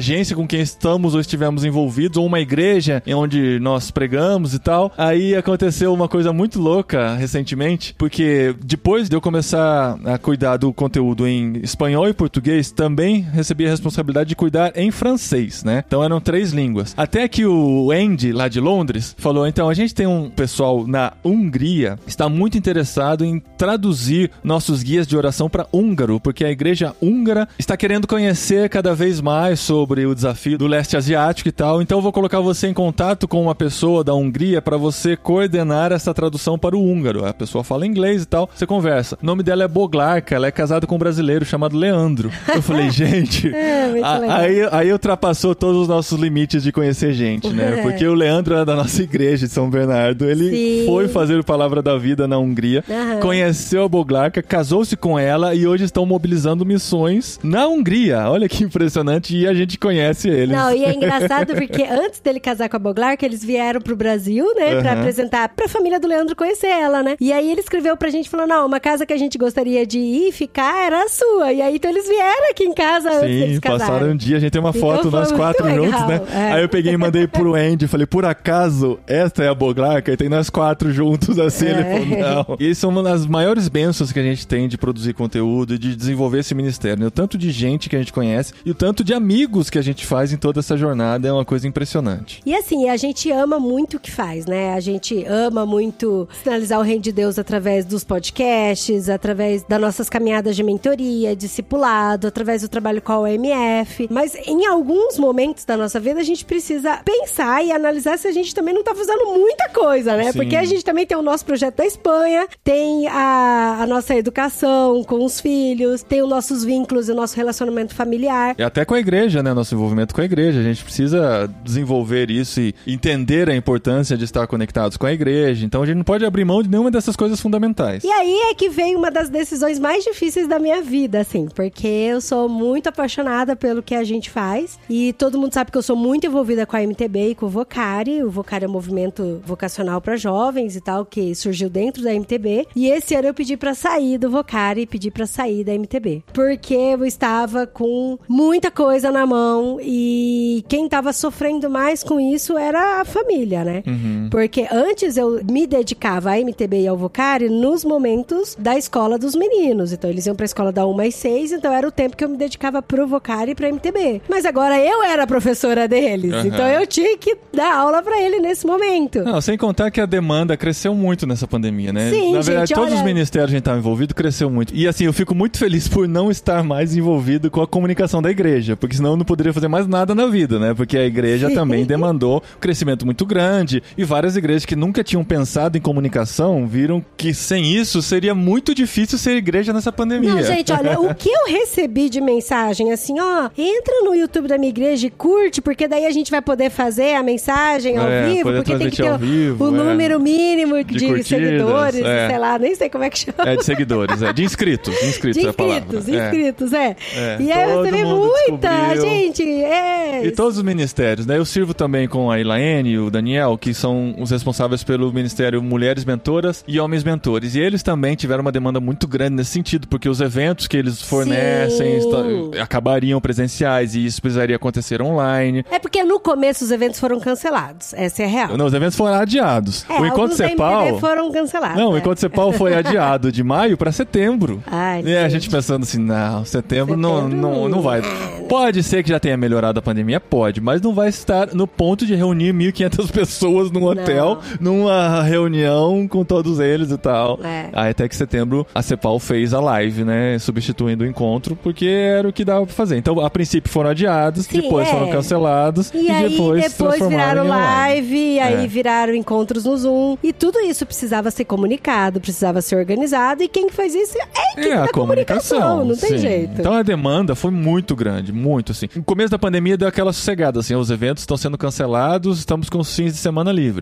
agência com quem estamos ou estivemos envolvidos, ou uma igreja em onde nós pregamos e tal. Aí aconteceu uma coisa muito louca recentemente, porque depois de eu começar a cuidar do conteúdo em espanhol e português, também recebi a responsabilidade de cuidar em francês, né? Então eram três línguas. Até que o Andy, lá de Londres, falou, então, a gente tem um pessoal na Hungria, está muito interessado em traduzir nossos guias de oração para húngaro, porque a igreja húngara está querendo conhecer cada vez mais sobre o desafio do leste asiático e tal. Então eu vou colocar você em contato com uma pessoa da Hungria para você coordenar essa tradução para o húngaro. A pessoa fala inglês e tal, você conversa. O nome dela é Boglarka, ela é casada com um brasileiro chamado Leandro. Eu falei, gente, é, a, aí, aí ultrapassou todos os nossos limites de conhecer gente, né? Porque o Leandro é da nossa igreja de São Bernardo, ele Sim. foi fazer o Palavra da Vida na Hungria, uhum. conheceu a Boglarka, casou-se com ela e hoje estão mobilizando missões na Hungria. Olha que impressionante, e a gente conhece eles. Não, e é engraçado porque antes dele casar com a Boglarka, eles vieram pro Brasil, né, uhum. pra apresentar pra família do Leandro conhecer ela, né? E aí ele escreveu pra gente, falando, não, uma casa que a gente gostaria de ir ficar era a sua. E aí então eles vieram aqui em casa antes Sim, deles casarem. passaram um dia, a gente tem uma então, foto nós quatro juntos, né? É. Aí eu peguei e mandei pro Andy, falei, por acaso, esta é a Boglarka? E tem nós quatro juntos, assim, é. ele falou, não. E isso é uma das maiores bênçãos que a gente tem de produzir conteúdo e de desenvolver esse ministério, né? O tanto de gente que a gente conhece e o tanto de amigos que a gente faz em toda essa jornada é uma coisa impressionante. E assim, a gente ama muito o que faz, né? A gente ama muito sinalizar o reino de Deus através dos podcasts, através das nossas caminhadas de mentoria, discipulado, através do trabalho com a O M F. Mas em alguns momentos da nossa vida, a gente precisa pensar e analisar se a gente também não tá fazendo muita coisa, né? Sim. Porque a gente também tem o nosso projeto da Espanha, tem a, a nossa educação com os filhos, tem os nossos vínculos e o nosso relacionamento familiar. E até com a igreja, né? Nosso envolvimento com a igreja. A gente precisa desenvolver isso e entender a importância de estar conectados com a igreja. Então a gente não pode abrir mão de nenhuma dessas coisas fundamentais. E aí é que vem uma das decisões mais difíceis da minha vida, assim, porque eu sou muito apaixonada pelo que a gente faz e todo mundo sabe que eu sou muito envolvida com a M T B e com o Vocari. O Vocari é um movimento vocacional para jovens e tal, que surgiu dentro da M T B. E esse ano eu pedi pra sair do Vocari e pedi pra sair da M T B. Porque eu estava com muita coisa na mão e quem tava sofrendo mais com isso era a família, né? Uhum. Porque antes eu me dedicava à M T B e ao Vocari nos momentos da escola dos meninos. Então eles iam pra escola da uma às seis, então era o tempo que eu me dedicava pro Vocari e pra M T B. Mas agora eu era a professora deles, uhum. então eu tinha que dar aula pra ele nesse momento. Não, sem contar que a demanda cresceu muito nessa pandemia, né? Sim, Na verdade, gente, todos olha... os ministérios que a gente estava envolvido cresceu muito. E assim, eu fico muito feliz por não estar mais envolvido com a comunicação da igreja, porque senão eu não poderia fazer mais nada na vida, né? Porque a igreja Sim. também demandou um crescimento muito grande e várias igrejas que nunca tinham pensado em comunicação viram que sem isso seria muito difícil ser igreja nessa pandemia. Não, gente, olha, o que eu recebi de mensagem assim, ó, entra no YouTube da minha igreja e curte, porque daí a gente vai poder fazer a mensagem ao é, vivo, porque tem que ter vivo, o, o é. número mínimo de, de curtidas, seguidores, é. sei lá, nem sei como é que chama. É, de seguidores, é. De inscritos, de inscritos, de é a palavra. inscritos, inscritos, é. é. E aí você vê muita descobriu. gente, é... E todos os ministérios, né? Eu sirvo também com a Elaine e o Daniel, que são os responsáveis pelo Ministério Mulheres Mentoras e Homens Mentores. E eles também tiveram uma demanda muito grande nesse sentido, porque os eventos que eles fornecem está, acabariam presenciais e isso precisaria acontecer online. É porque no começo os eventos foram cancelados, essa é a real. Não, os eventos foram adiados. É, o Encontro Cepal foram cancelados. Não, é. o Encontro Cepal foi adiado de maio para setembro. Ai, e a gente pensando assim, não, setembro, setembro não, não, não vai. Pode ser que já tenha melhorado a pandemia, pode, mas não vai estar no ponto de reunir mil e quinhentas pessoas num hotel, não. numa reunião com todos eles e tal. É. Aí até que setembro a Cepal fez a live, né, substituindo o encontro, porque era o que dava pra fazer. Então, a princípio foram adiados, Sim, depois é. foram cancelados e, e aí, depois, depois viraram live, e aí é. viraram encontros no Zoom. E tudo isso precisava ser comunicado, precisava ser organizado, e quem faz isso é a equipe é, da a comunicação, comunicação, não tem sim. jeito. Então a demanda foi muito grande, muito assim. No começo da pandemia deu aquela sossegada, assim, os eventos estão sendo cancelados, estamos com os fins de semana livres.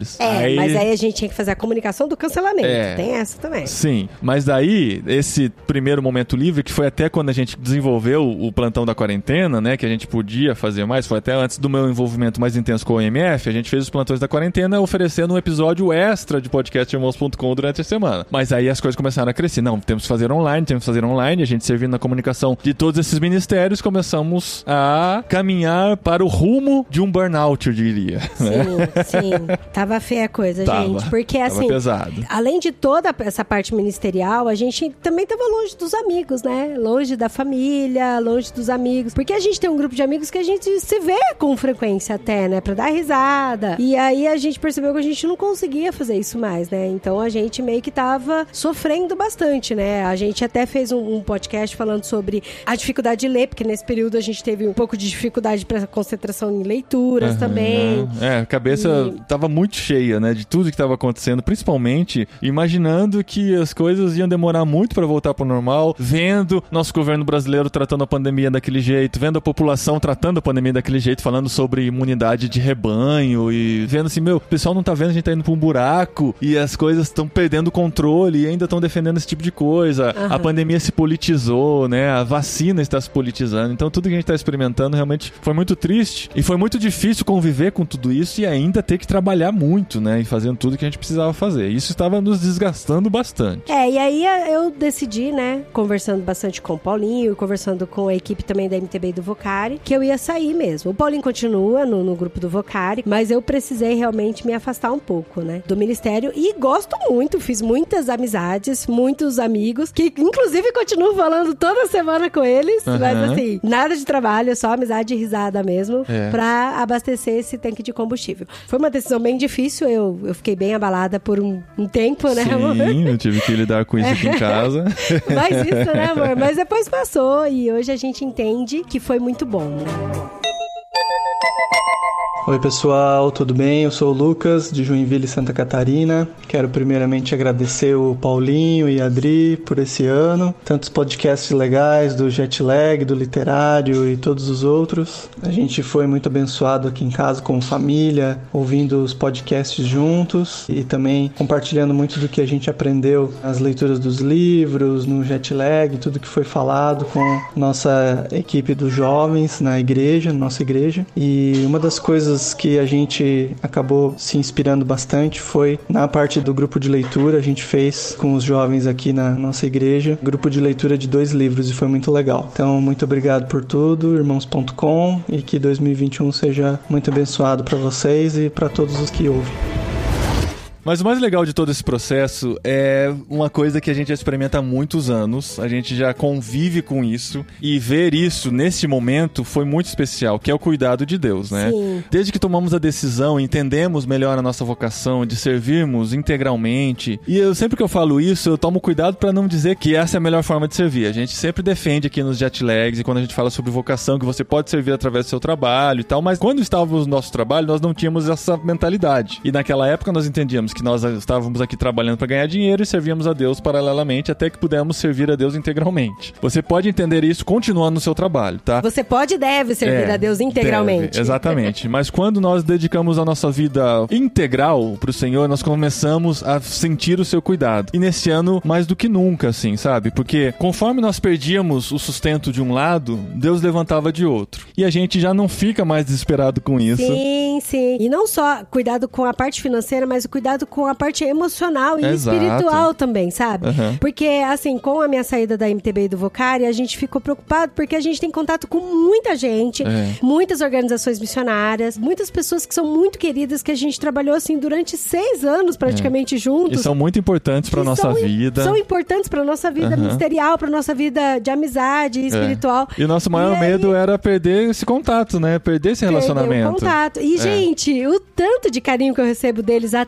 ministérios. É, aí... mas aí a gente tinha que fazer a comunicação do cancelamento. É. Tem essa também. Sim, mas daí, esse primeiro momento livre, que foi até quando a gente desenvolveu o plantão da quarentena, né, que a gente podia fazer mais, foi até antes do meu envolvimento mais intenso com o O M F, a gente fez os plantões da quarentena oferecendo um episódio extra de podcast irmãos ponto com durante a semana. Mas aí as coisas começaram a crescer. Não, temos que fazer online, temos que fazer online, a gente servindo na comunicação de todos esses ministérios, começamos a caminhar para o rumo de um burnout, eu diria. Sim, né? sim. Tava feia a coisa, Tava, gente. Porque, tava assim, pesado. além de toda essa parte ministerial, a gente também tava longe dos amigos, né? Longe da família, longe dos amigos. Porque a gente tem um grupo de amigos que a gente se vê com frequência até, né? Pra dar risada. E aí a gente percebeu que a gente não conseguia fazer isso mais, né? Então a gente meio que tava sofrendo bastante, né? A gente até fez um, um podcast falando sobre a dificuldade de ler, porque nesse período a gente teve um pouco de dificuldade pra concentração em leituras Uhum. também. É, a cabeça E... tava muito cheia, né? De tudo que tava acontecendo, principalmente imaginando que as coisas iam demorar muito pra voltar pro normal, vendo nosso governo brasileiro tratando a pandemia daquele jeito, vendo a população tratando a pandemia daquele jeito, falando sobre imunidade de rebanho e vendo assim, meu, o pessoal não tá vendo, a gente tá indo pra um buraco e as coisas estão perdendo o controle e ainda estão defendendo esse tipo de coisa. Uhum. A pandemia se politizou, né? A vacina está se politizando. Então tudo que a gente tá experimentando realmente foi muito triste e foi muito difícil conviver com tudo isso e ainda ter que trabalhar muito, né? E fazendo tudo que a gente precisava fazer. Isso estava nos desgastando bastante. É, e aí eu decidi, né, conversando bastante com o Paulinho, conversando com a equipe também da M T B e do Vocari, que eu ia sair mesmo. O Paulinho continua no, no grupo do Vocari, mas eu precisei realmente me afastar um pouco, né, do ministério e gosto muito, fiz muitas amizades, muitos amigos, que inclusive continuo falando toda semana com eles, Uhum. mas assim, nada de trabalho, só amizade e risada mesmo, É. pra abastecer esse tanque de combustível. Foi uma decisão bem difícil, eu, eu fiquei bem abalada por um, um tempo, né, amor? Sim, eu tive que lidar com isso aqui em casa. Mas isso, né, amor? Mas depois passou e hoje a gente entende que foi muito bom, né? Oi pessoal, tudo bem? Eu sou o Lucas, de Joinville, Santa Catarina. Quero primeiramente agradecer o Paulinho e a Adri por esse ano. Tantos podcasts legais do Jetlag, do Literário e todos os outros. A gente foi muito abençoado aqui em casa com família, ouvindo os podcasts juntos e também compartilhando muito do que a gente aprendeu nas leituras dos livros, no Jetlag, tudo que foi falado com nossa equipe dos jovens na igreja, nossa igreja. E uma das coisas que a gente acabou se inspirando bastante foi na parte do grupo de leitura. A gente fez com os jovens aqui na nossa igreja, grupo de leitura de dois livros e foi muito legal. Então, muito obrigado por tudo, irmãos ponto com, e que dois mil e vinte e um seja muito abençoado para vocês e para todos os que ouvem. Mas o mais legal de todo esse processo é uma coisa que a gente já experimenta há muitos anos, a gente já convive com isso, e ver isso nesse momento foi muito especial, que é o cuidado de Deus, né? Sim. Desde que tomamos a decisão, entendemos melhor a nossa vocação de servirmos integralmente, e eu sempre que eu falo isso, eu tomo cuidado para não dizer que essa é a melhor forma de servir. A gente sempre defende aqui nos Jetlags, e quando a gente fala sobre vocação, que você pode servir através do seu trabalho e tal, mas quando estávamos no nosso trabalho, nós não tínhamos essa mentalidade. E naquela época nós entendíamos que nós estávamos aqui trabalhando para ganhar dinheiro e servíamos a Deus paralelamente até que pudemos servir a Deus integralmente. Você pode entender isso continuando no seu trabalho, tá? Você pode e deve servir É, a Deus integralmente. deve, exatamente. Mas quando nós dedicamos a nossa vida integral pro Senhor, nós começamos a sentir o seu cuidado. E nesse ano, mais do que nunca, assim, sabe? Porque conforme nós perdíamos o sustento de um lado, Deus levantava de outro. E a gente já não fica mais desesperado com isso. Sim, sim. E não só cuidado com a parte financeira, mas o cuidado com a parte emocional e Exato. espiritual também, sabe? Uhum. Porque, assim, com a minha saída da M T B e do Vocari, a gente ficou preocupado porque a gente tem contato com muita gente, É. muitas organizações missionárias, muitas pessoas que são muito queridas, que a gente trabalhou, assim, durante seis anos praticamente juntos. E são muito importantes pra que nossa são, vida. São importantes pra nossa vida Uhum. ministerial, pra nossa vida de amizade e espiritual. E o nosso maior E aí- medo era perder esse contato, né? Perder esse Perdeu o relacionamento. contato. E, É. gente, o tanto de carinho que eu recebo deles até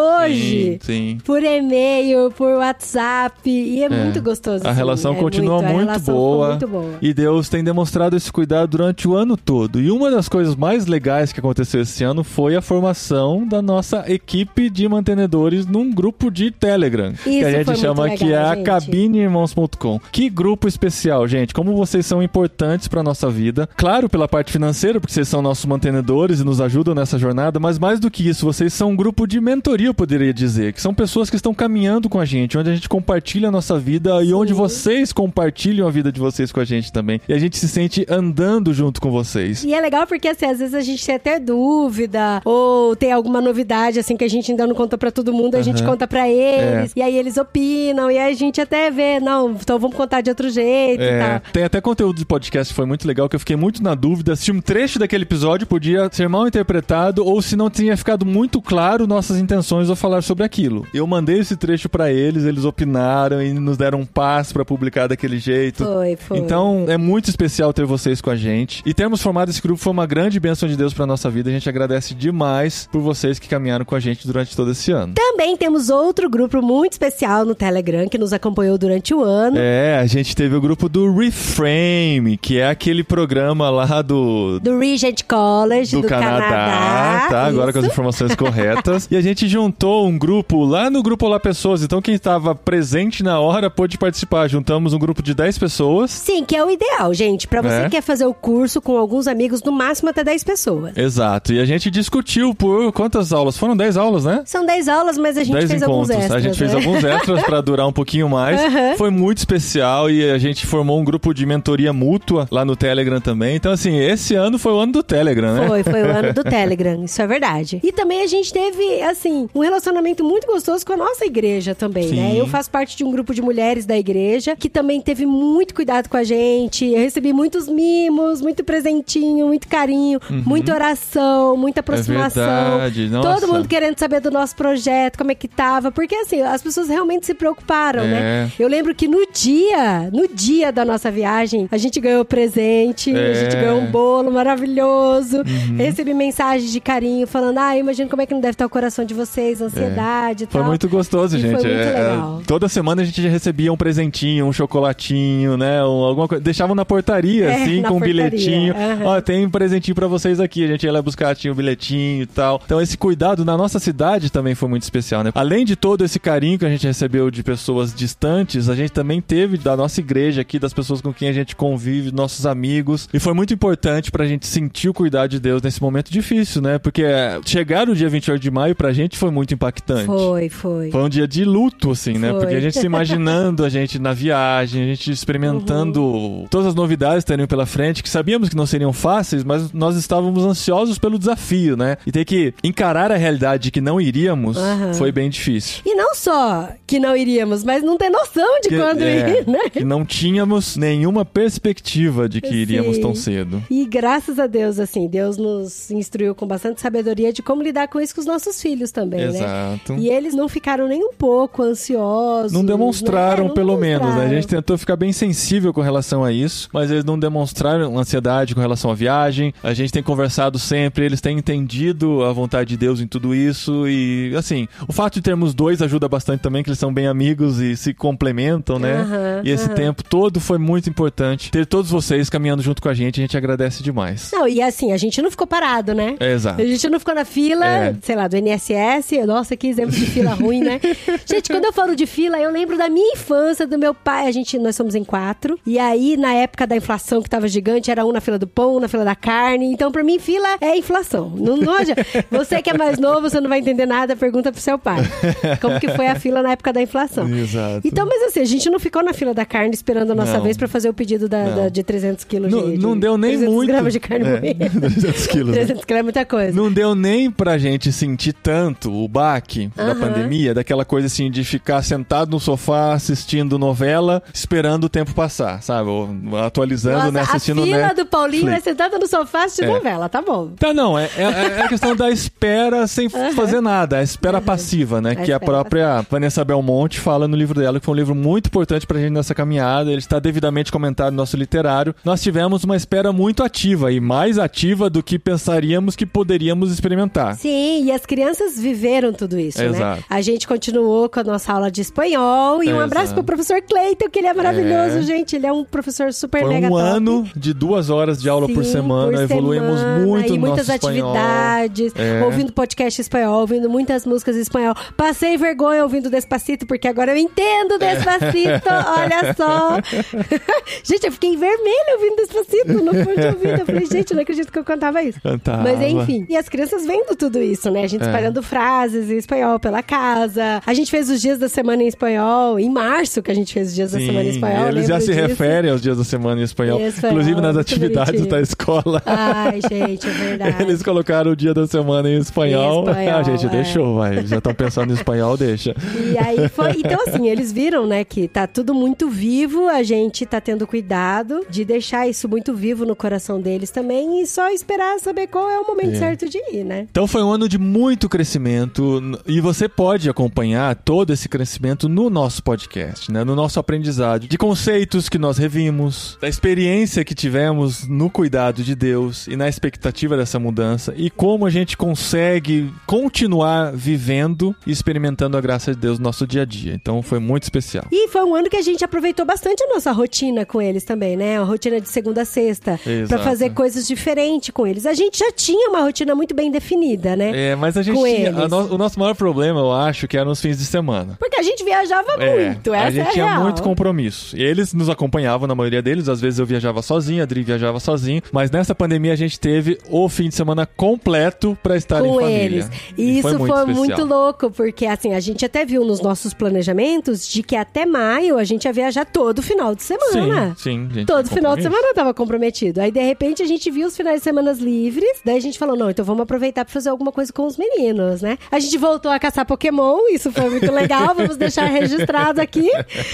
hoje. Sim, sim. Por e-mail, por WhatsApp. E é, é. muito gostoso. A assim. relação é continua muito, muito, relação boa, muito boa. E Deus tem demonstrado esse cuidado durante o ano todo. E uma das coisas mais legais que aconteceu esse ano foi a formação da nossa equipe de mantenedores num grupo de Telegram. Isso que a gente foi chama muito que legal, é a gente. cabine irmãos ponto com. Que grupo especial, gente. Como vocês são importantes pra nossa vida. Claro, pela parte financeira, porque vocês são nossos mantenedores e nos ajudam nessa jornada, mas mais do que isso, vocês são um grupo de mentoria, eu poderia dizer, que são pessoas que estão caminhando com a gente, onde a gente compartilha a nossa vida Sim. e onde vocês compartilham a vida de vocês com a gente também. E a gente se sente andando junto com vocês. E é legal porque, assim, às vezes a gente tem até dúvida ou tem alguma novidade, assim, que a gente ainda não contou pra todo mundo, a uhum. gente conta pra eles, é. e aí eles opinam, e aí a gente até vê, não, então vamos contar de outro jeito é. e tal. Tem até conteúdo de podcast que foi muito legal, que eu fiquei muito na dúvida se um trecho daquele episódio podia ser mal interpretado ou se não tinha ficado muito claro nossas intenções ao falar sobre aquilo. Eu mandei esse trecho pra eles, eles opinaram e nos deram um passo pra publicar daquele jeito. Foi, foi. Então, é muito especial ter vocês com a gente. E termos formado esse grupo foi uma grande bênção de Deus pra nossa vida. A gente agradece demais por vocês que caminharam com a gente durante todo esse ano. Também temos outro grupo muito especial no Telegram que nos acompanhou durante o ano. É, a gente teve o grupo do Reframe, que é aquele programa lá do... Do Regent College, do, do Canadá, Canadá. Tá? Isso. Agora com as informações corretas. E a gente juntou um grupo lá no grupo Olá Pessoas. Então quem estava presente na hora pôde participar. Juntamos um grupo de dez pessoas. Sim, que é o ideal, gente. Pra você É. que quer fazer o curso com alguns amigos, no máximo até dez pessoas. Exato. E a gente discutiu por quantas aulas? Foram dez aulas, né? São dez aulas, mas a gente dez fez encontros. alguns extras. A gente fez né? alguns extras pra durar um pouquinho mais. Uhum. Foi muito especial e a gente formou um grupo de mentoria mútua lá no Telegram também. Então, assim, esse ano foi o ano do Telegram, né? Foi, foi o ano do Telegram, isso é verdade. E também a gente teve, assim, um relacionamento muito gostoso com a nossa igreja também, Sim. né? Eu faço parte de um grupo de mulheres da igreja que também teve muito cuidado com a gente. Eu recebi muitos mimos, muito presentinho, muito carinho, uhum. muita oração, muita aproximação. É verdade, nossa. Todo mundo querendo saber do nosso projeto, como é que tava. Porque, assim, as pessoas realmente se preocuparam, é. né? Eu lembro que no dia, no dia da nossa viagem, a gente ganhou presente, é. a gente ganhou um bolo maravilhoso. Uhum. Recebi mensagens de carinho falando, ah, eu imagino como é que não deve estar o coração de vocês, ansiedade é. e tal. Foi muito gostoso, e gente. Foi muito é, legal. É, toda semana a gente recebia um presentinho, um chocolatinho, né? Um, alguma coisa. Deixavam na portaria, É, assim, na com um portaria. bilhetinho. Uhum. Ó, tem um presentinho pra vocês aqui. A gente ia lá buscar, tinha o um bilhetinho e tal. Então esse cuidado na nossa cidade também foi muito especial, né? Além de todo esse carinho que a gente recebeu de pessoas distantes, a gente também teve da nossa igreja aqui, das pessoas com quem a gente convive, nossos amigos. E foi muito importante pra gente sentir o cuidado de Deus nesse momento difícil, né? Porque chegar o dia vinte e oito de maio pra gente foi muito impactante. Foi, foi. Foi um dia de luto, assim, né? Foi. Porque a gente se imaginando, a gente na viagem, a gente experimentando uhum. todas as novidades que estariam pela frente, que sabíamos que não seriam fáceis, mas nós estávamos ansiosos pelo desafio, né? E ter que encarar a realidade de que não iríamos uhum. foi bem difícil. E não só que não iríamos, mas não ter noção de que, quando é, ir, né? Que não tínhamos nenhuma perspectiva de que Sim. iríamos tão cedo. E graças a Deus, assim, Deus nos instruiu com bastante sabedoria de como lidar com isso com os nossos filhos também, Exato. né? Exato. E eles não ficaram nem um pouco ansiosos. Não demonstraram, né? não pelo demonstraram. menos, né? A gente tentou ficar bem sensível com relação a isso, mas eles não demonstraram ansiedade com relação à viagem. A gente tem conversado sempre, eles têm entendido a vontade de Deus em tudo isso e, assim, o fato de termos dois ajuda bastante também, que eles são bem amigos e se complementam, né? Uhum, e esse uhum. tempo todo foi muito importante. Ter todos vocês caminhando junto com a gente, a gente agradece demais. Não, e assim, a gente não ficou parado, né? É, exato. A gente não ficou na fila, é. sei lá, do I N S S. Nossa, que exemplo de fila ruim, né? Gente, quando eu falo de fila, eu lembro da minha infância, do meu pai. A gente, nós somos em quatro. E aí, na época da inflação que tava gigante, era um na fila do pão, um na fila da carne. Então, pra mim, fila é inflação. Não, não adianta. Você que é mais novo, você não vai entender nada, pergunta pro seu pai. Como que foi a fila na época da inflação. Exato. Então, mas assim, a gente não ficou na fila da carne esperando a nossa não. vez pra fazer o pedido da, da, de trezentos quilos não, de, não de deu nem trezentos muito. gramas de carne é, moída. trezentos quilos. trezentos quilos é muita coisa. Não deu nem pra gente sentir tanto o baque Uhum. da pandemia, daquela coisa assim de ficar sentado no sofá assistindo novela, esperando o tempo passar, sabe? Ou atualizando, Nossa, né? Assistindo, a fila né? do Paulinho Flip. é sentada no sofá assistindo É. novela, tá bom. Tá, não, é, é, é a questão da espera sem Uhum. fazer nada, a espera uhum. passiva, né? A que a espera própria Vanessa Belmonte fala no livro dela, que foi um livro muito importante pra gente nessa caminhada, ele está devidamente comentado no nosso literário. Nós tivemos uma espera muito ativa, e mais ativa do que pensaríamos que poderíamos experimentar. Sim, e as crianças viveram viveram tudo isso, Exato. né? A gente continuou com a nossa aula de espanhol. E um Exato. abraço pro professor Cleiton, que ele é maravilhoso, É. gente. Ele é um professor super Foi mega um top. ano de duas horas de aula Sim, por semana. por Evoluímos semana, muito e no muitas nosso espanhol. atividades, É. ouvindo podcast espanhol, ouvindo muitas músicas em espanhol. Passei vergonha ouvindo Despacito, porque agora eu entendo Despacito. Olha só. Gente, eu fiquei vermelha ouvindo Despacito no fone de ouvido. Eu falei, gente, eu não acredito que eu cantava isso. Cantava. Mas enfim. E as crianças vendo tudo isso, né? A gente É. espalhando frases em espanhol pela casa. A gente fez os dias da semana em espanhol. Em março que a gente fez os dias da semana em espanhol. Eles já lembro se disso. referem aos dias da semana em espanhol. Em espanhol, Inclusive nas muito atividades bonitinho. da escola. Ai, gente, é verdade. Eles colocaram o dia da semana em espanhol. Em espanhol, a gente é. deixou, vai. Eles já estão pensando em espanhol, deixa. E aí foi. Então, assim, eles viram, né, que tá tudo muito vivo, a gente tá tendo cuidado de deixar isso muito vivo no coração deles também e só esperar saber qual é o momento É. certo de ir, né? Então foi um ano de muito crescimento e você pode acompanhar todo esse crescimento no nosso podcast, né? No nosso aprendizado de conceitos que nós revimos, da experiência que tivemos no cuidado de Deus e na expectativa dessa mudança e como a gente consegue continuar vivendo e experimentando a graça de Deus no nosso dia a dia. Então foi muito especial. E foi um ano que a gente aproveitou bastante a nossa rotina com eles também, né? A rotina de segunda a sexta. Exato. Pra fazer coisas diferentes com eles. A gente já tinha uma rotina muito bem definida, né? É, mas a gente Com tinha, eles. a no- o nosso maior problema, eu acho, que era nos fins de semana. Porque a gente viajava É, muito, essa a gente é a tinha real. muito compromisso. E eles nos acompanhavam, na maioria deles. Às vezes eu viajava sozinho, a Adri viajava sozinho. Mas nessa pandemia a gente teve o fim de semana completo pra estar em Com família. eles. E isso foi, muito, muito, especial. louco, porque assim, a gente até viu nos nossos planejamentos de que até maio a gente ia viajar todo final de semana. Sim, sim. Gente, Todo tem final de compromisso. semana tava comprometido. Aí, de repente, a gente viu os finais de semana livres. Daí a gente falou, não, então vamos aproveitar pra fazer alguma coisa com os meninos, né? A gente voltou a caçar Pokémon, isso foi muito legal. Vamos deixar registrado aqui.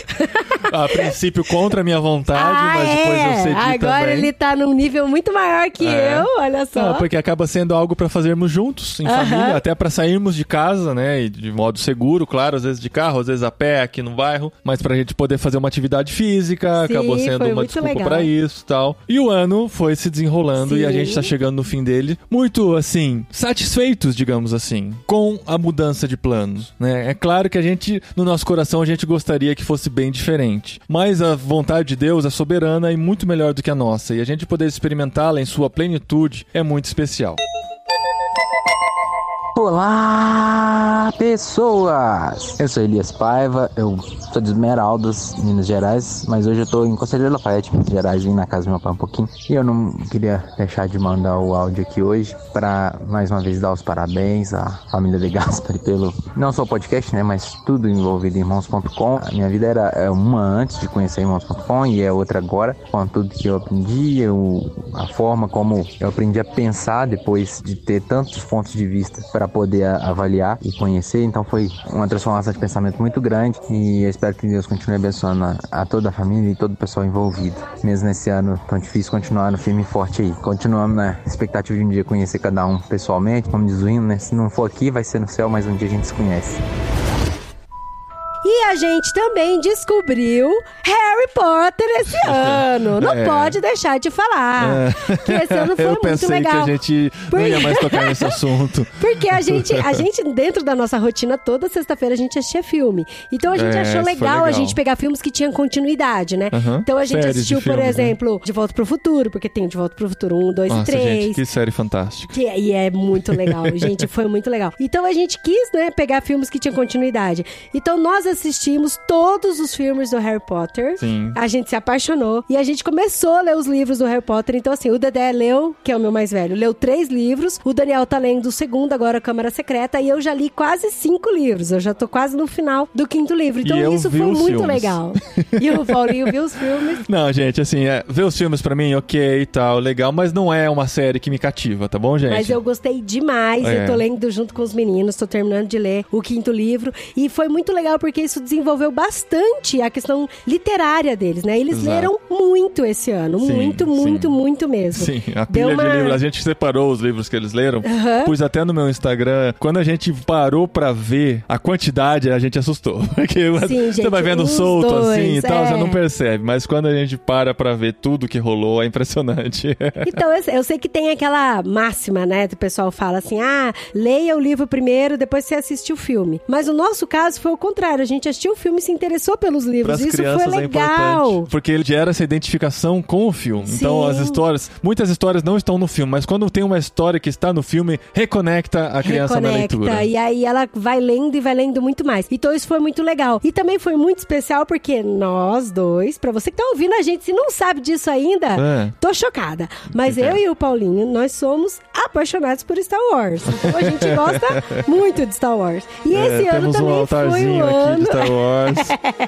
A princípio contra a minha vontade, ah, mas depois é. eu cedi Agora também. ele tá num nível muito maior que É. eu, olha só. Não, porque acaba sendo algo pra fazermos juntos, em Aham. família, até pra sairmos de casa, né, e de modo seguro, claro, às vezes de carro, às vezes a pé aqui no bairro, mas pra gente poder fazer uma atividade física, Sim, acabou sendo foi uma muito desculpa legal. pra isso e tal. E o ano foi se desenrolando Sim. e a gente tá chegando no fim dele muito, assim, satisfeitos, digamos assim, com a mudança de planos, né? É claro que a gente, no nosso coração, a gente gostaria que fosse bem diferente, mas a vontade de Deus é soberana e muito melhor do que a nossa, e a gente poder experimentá-la em sua plenitude é muito especial. Olá, pessoas! Eu sou Elias Paiva, eu sou de Esmeraldas, Minas Gerais, mas hoje eu tô em Conselheiro Lafayette, Minas Gerais, vim na casa do meu pai um pouquinho. E eu não queria deixar de mandar o áudio aqui hoje pra, mais uma vez, dar os parabéns à família de Gaspari pelo, não só o podcast, né, mas tudo envolvido em Irmãos ponto com. A minha vida era uma antes de conhecer Irmãos ponto com e é outra agora, com tudo que eu aprendi, eu, a forma como eu aprendi a pensar depois de ter tantos pontos de vista para poder avaliar e conhecer. Então foi uma transformação de pensamento muito grande e eu espero que Deus continue abençoando a, a toda a família e todo o pessoal envolvido. Mesmo nesse ano tão difícil, continuar no firme e forte aí. Continuamos na expectativa de um dia conhecer cada um pessoalmente, como diz o hino, né? Se não for aqui, vai ser no céu, mas um dia a gente se conhece. E a gente também descobriu Harry Potter esse ano. Não É. pode deixar de falar. Que esse ano foi Eu muito pensei legal. que a gente não ia mais tocar nesse assunto. Porque a gente, a gente, dentro da nossa rotina, toda sexta-feira a gente assistia filme. Então a gente É, achou isso foi legal, legal. a gente pegar filmes que tinham continuidade, né? Aham. Então a gente Séries de assistiu, por filme, né? exemplo, De Volta pro Futuro, porque tem De Volta pro Futuro um, dois Nossa, e três. gente, que série fantástica. Que, e é muito legal, gente, foi muito legal. Então a gente quis, né, pegar filmes que tinham continuidade. Então nós assistimos todos os filmes do Harry Potter. Sim. A gente se apaixonou e a gente começou a ler os livros do Harry Potter. Então assim, o Dedé leu, que é o meu mais velho, leu três livros. O Daniel tá lendo o segundo, agora Câmara Secreta. E eu já li quase cinco livros. Eu já tô quase no final do quinto livro. Então E eu isso vi foi os muito filmes. legal. E o Paulinho viu os filmes. Não, gente, assim, é, ver os filmes pra mim, ok e tal, legal, mas não é uma série que me cativa, tá bom, gente? Mas eu gostei demais, É. eu tô lendo junto com os meninos, tô terminando de ler o quinto livro, e foi muito legal porque isso desenvolveu bastante a questão literária deles, né? Eles Exato. leram muito esse ano, Sim, muito, sim. muito, muito mesmo. Sim, a Deu pilha uma- de livros. A gente separou os livros que eles leram. Aham. Pus até no meu Instagram. Quando a gente parou pra ver a quantidade, a gente assustou. Porque Sim, você gente, vai vendo os solto dois, assim e tal, é. você não percebe. Mas quando a gente para pra ver tudo que rolou, é impressionante. Então, eu, eu sei que tem aquela máxima, né? Do pessoal fala assim, ah, leia o livro primeiro, depois você assiste o filme. Mas no nosso caso foi o contrário. A gente assistiu o filme e se interessou pelos livros. Pras Isso crianças foi é legal. importante. Porque ele gera essa identificação com o filme. Sim. Então as histórias, muitas histórias não estão no filme, mas quando tem uma história que está no filme, reconecta a criança na leitura. Reconecta, e aí ela vai lendo e vai lendo muito mais. Então isso foi muito legal. E também foi muito especial porque nós dois, pra você que tá ouvindo a gente, se não sabe disso ainda, É. tô chocada. Mas Que eu é. e o Paulinho, nós somos apaixonados por Star Wars. Então a gente gosta muito de Star Wars. E É, esse ano temos um também foi altarzinho o aqui ano... de Star Wars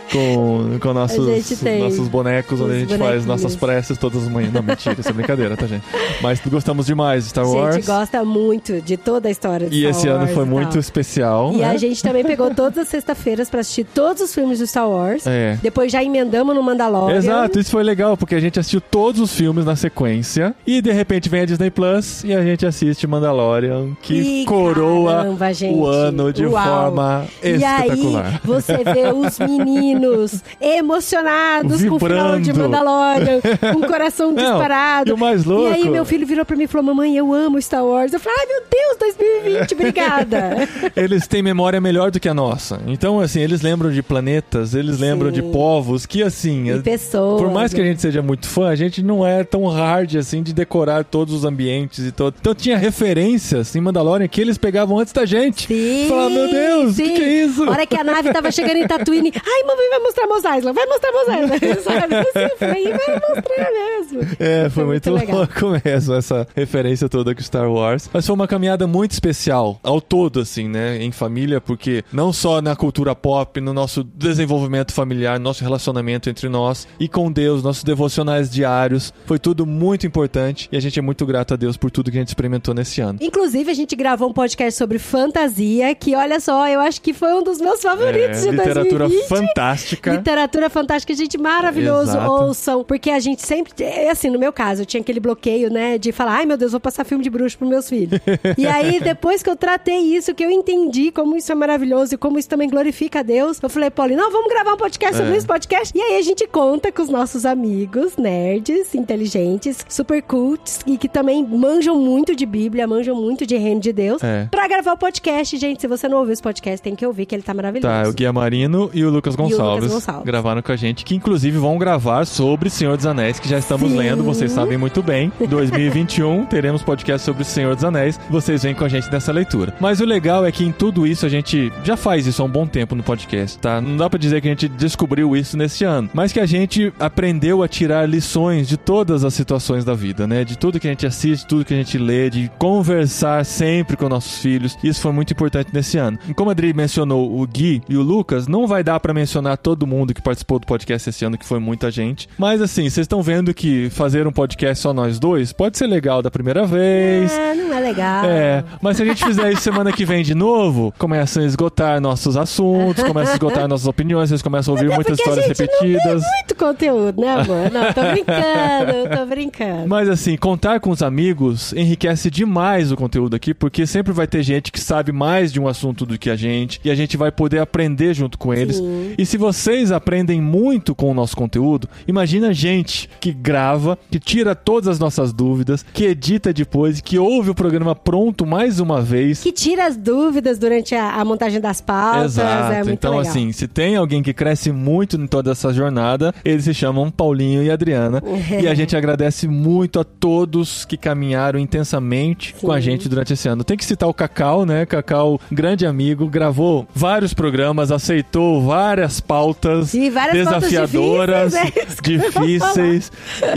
com, com nossos, A gente tem nossos bonecos, onde a os gente faz bonequinhos. nossas preces todas as manhãs. Não, mentira, isso é brincadeira, tá, gente? Mas gostamos demais de Star A Wars. gente gosta muito de toda a história de E Star esse ano Wars foi e muito tal. especial. E né? a gente também pegou todas as sextas-feiras pra assistir todos os filmes do Star Wars. É. Depois já emendamos no Mandalorian. Exato, isso foi legal, porque a gente assistiu todos os filmes na sequência e de repente vem a Disney Plus e a gente assiste Mandalorian, que E, coroa caramba, gente, o ano de uau. forma E espetacular. aí, você vê os meninos emocionados com o final de Vibrando. Mandalorian, com o coração Não, disparado. e o mais louco- E aí, meu filho virou pra mim e falou, mamãe, eu amo Star Wars. Eu falei, ai, meu Deus, dois mil e vinte, obrigada. Eles têm memória melhor do que a nossa. Então, assim, eles lembram de planetas, eles lembram Sim. de povos que, assim... E pessoas. Por mais que a gente seja muito fã, a gente não é tão hard, assim, de decorar todos os ambientes e todo. Então tinha referências em Mandalorian que eles pegavam antes da gente. Sim, Falava, meu Deus, o que, sim. que é isso? A hora que a nave tava chegando em Tatooine, ai, mamãe, vai mostrar Mos Eisley, vai mostrar Mos Eisley, sabe? Assim, eu falei, vai mostrar mesmo. É, foi muito, legal. louco mesmo essa referência toda com Star Wars. Mas foi uma caminhada muito especial, ao todo, assim, né? Em família, porque não só na cultura pop, no nosso desenvolvimento familiar, nosso relacionamento entre nós e com Deus, nossos devocionais diários, foi tudo muito importante e a gente é muito grato a Deus por tudo que a gente experimentou nesse ano. Inclusive, a gente gravou um podcast sobre fantasia, que olha só, eu acho que foi um dos meus favoritos É, de literatura dois mil e vinte. fantástica. Literatura fantástica, gente, maravilhoso. Exato. Ouçam, porque a gente sempre, é assim, no meu caso, eu tinha aquele bloqueio, né, de falar, ai meu Deus, vou passar filme de bruxo pros meus filhos. E aí, depois que eu tratei isso, que eu entendi como isso é maravilhoso e como isso também glorifica a Deus, eu falei, Paulinho, não, vamos gravar um podcast sobre É. esse podcast. E aí a gente conta com os nossos amigos, nerds, inteligentes, super cults, e que também manjam muito de Bíblia, manjam muito de reino de Deus, É. pra gravar o podcast, gente. Se você não ouviu esse podcast, tem que ouvir, que ele tá maravilhoso. Tá, o Guia Marino e o Lucas Gonçalves, Gonçalves. gravaram com a gente, que inclusive vão gravar sobre Senhor dos Anéis, que já estamos Sim. lendo, vocês sabem muito bem. dois mil e vinte e um teremos podcast sobre Senhor dos Anéis, vocês vêm com a gente nessa leitura. Mas o legal é que em tudo isso a gente já faz isso há um bom tempo no podcast, tá? Não dá pra dizer que a gente descobriu isso nesse ano, mas que a gente aprendeu a tirar lições de todas as situações da vida, né? De tudo que a gente assiste, tudo que a gente lê, de conversar sempre com nossos filhos. Isso foi muito importante nesse ano. E como a Adri mencionou o Gui e o Lucas, não vai dar pra mencionar todo mundo que participou do podcast esse ano, que foi muita gente. Mas assim, vocês estão vendo que fazer um podcast só nós dois pode ser legal da primeira vez. Ah, não é legal. É, mas se a gente fizer isso semana que vem de novo, começam a esgotar nossos assuntos, começam a esgotar nossas opiniões, vocês começam a ouvir muitas Porque a histórias gente não tem repetidas. muito conteúdo, né, amor? Não, tô brincando, tô brincando. Mas assim, contar com os amigos enriquece demais o conteúdo aqui, porque sempre vai ter gente que sabe mais de um assunto do que a gente, e a gente vai poder aprender junto com eles. Sim. E se vocês aprendem muito com o nosso conteúdo, imagina a gente que grava, que tira todas as nossas dúvidas, que edita depois, que ouve o programa pronto mais uma vez. Que tira as dúvidas durante a, a montagem das pautas. Exato. É muito Então, legal. assim, se tem alguém que cresce muito em toda essa jornada, eles se chamam Paulinho e Adriana. E a gente agradece muito a todos que caminharam intensamente Sim. com a gente durante esse ano. Tem que citar o Cacau, né? Cacau, grande amigo, gravou vários programas, aceitou várias pautas E várias pautas desafiadoras, difíceis, é isso que eu ia difíceis,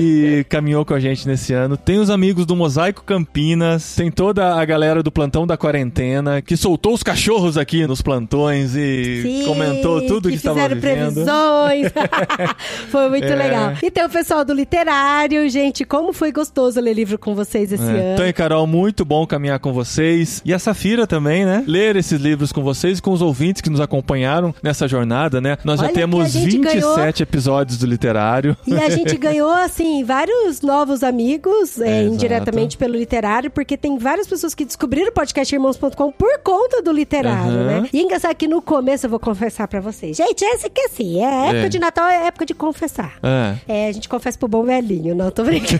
e caminhou com a gente nesse ano. Tem os amigos do Mosaico Campinas, tem toda a galera do Plantão da Quarentena, que soltou os cachorros aqui nos plantões e Sim, comentou tudo que, que estava fizeram vivendo. previsões. Foi muito É. legal. E tem o pessoal do literário, gente, como foi gostoso ler livro com vocês esse É. ano. Então, e Carol, muito bom caminhar com vocês. E a Safira também, né? Ler esses livros com vocês e com os ouvintes que nos acompanharam acompanharam nessa jornada, né? Nós Olha já que a temos gente vinte e sete ganhou... episódios do Literário. E a gente ganhou, assim, vários novos amigos, é, É, indiretamente pelo Literário, porque tem várias pessoas que descobriram o podcast irmãos ponto com por conta do Literário, Uhum. né? E é engraçado que no começo, eu vou confessar pra vocês. Gente, essa que assim, é época É. de Natal, é época de confessar. É. É, a gente confessa pro bom velhinho, não tô brincando.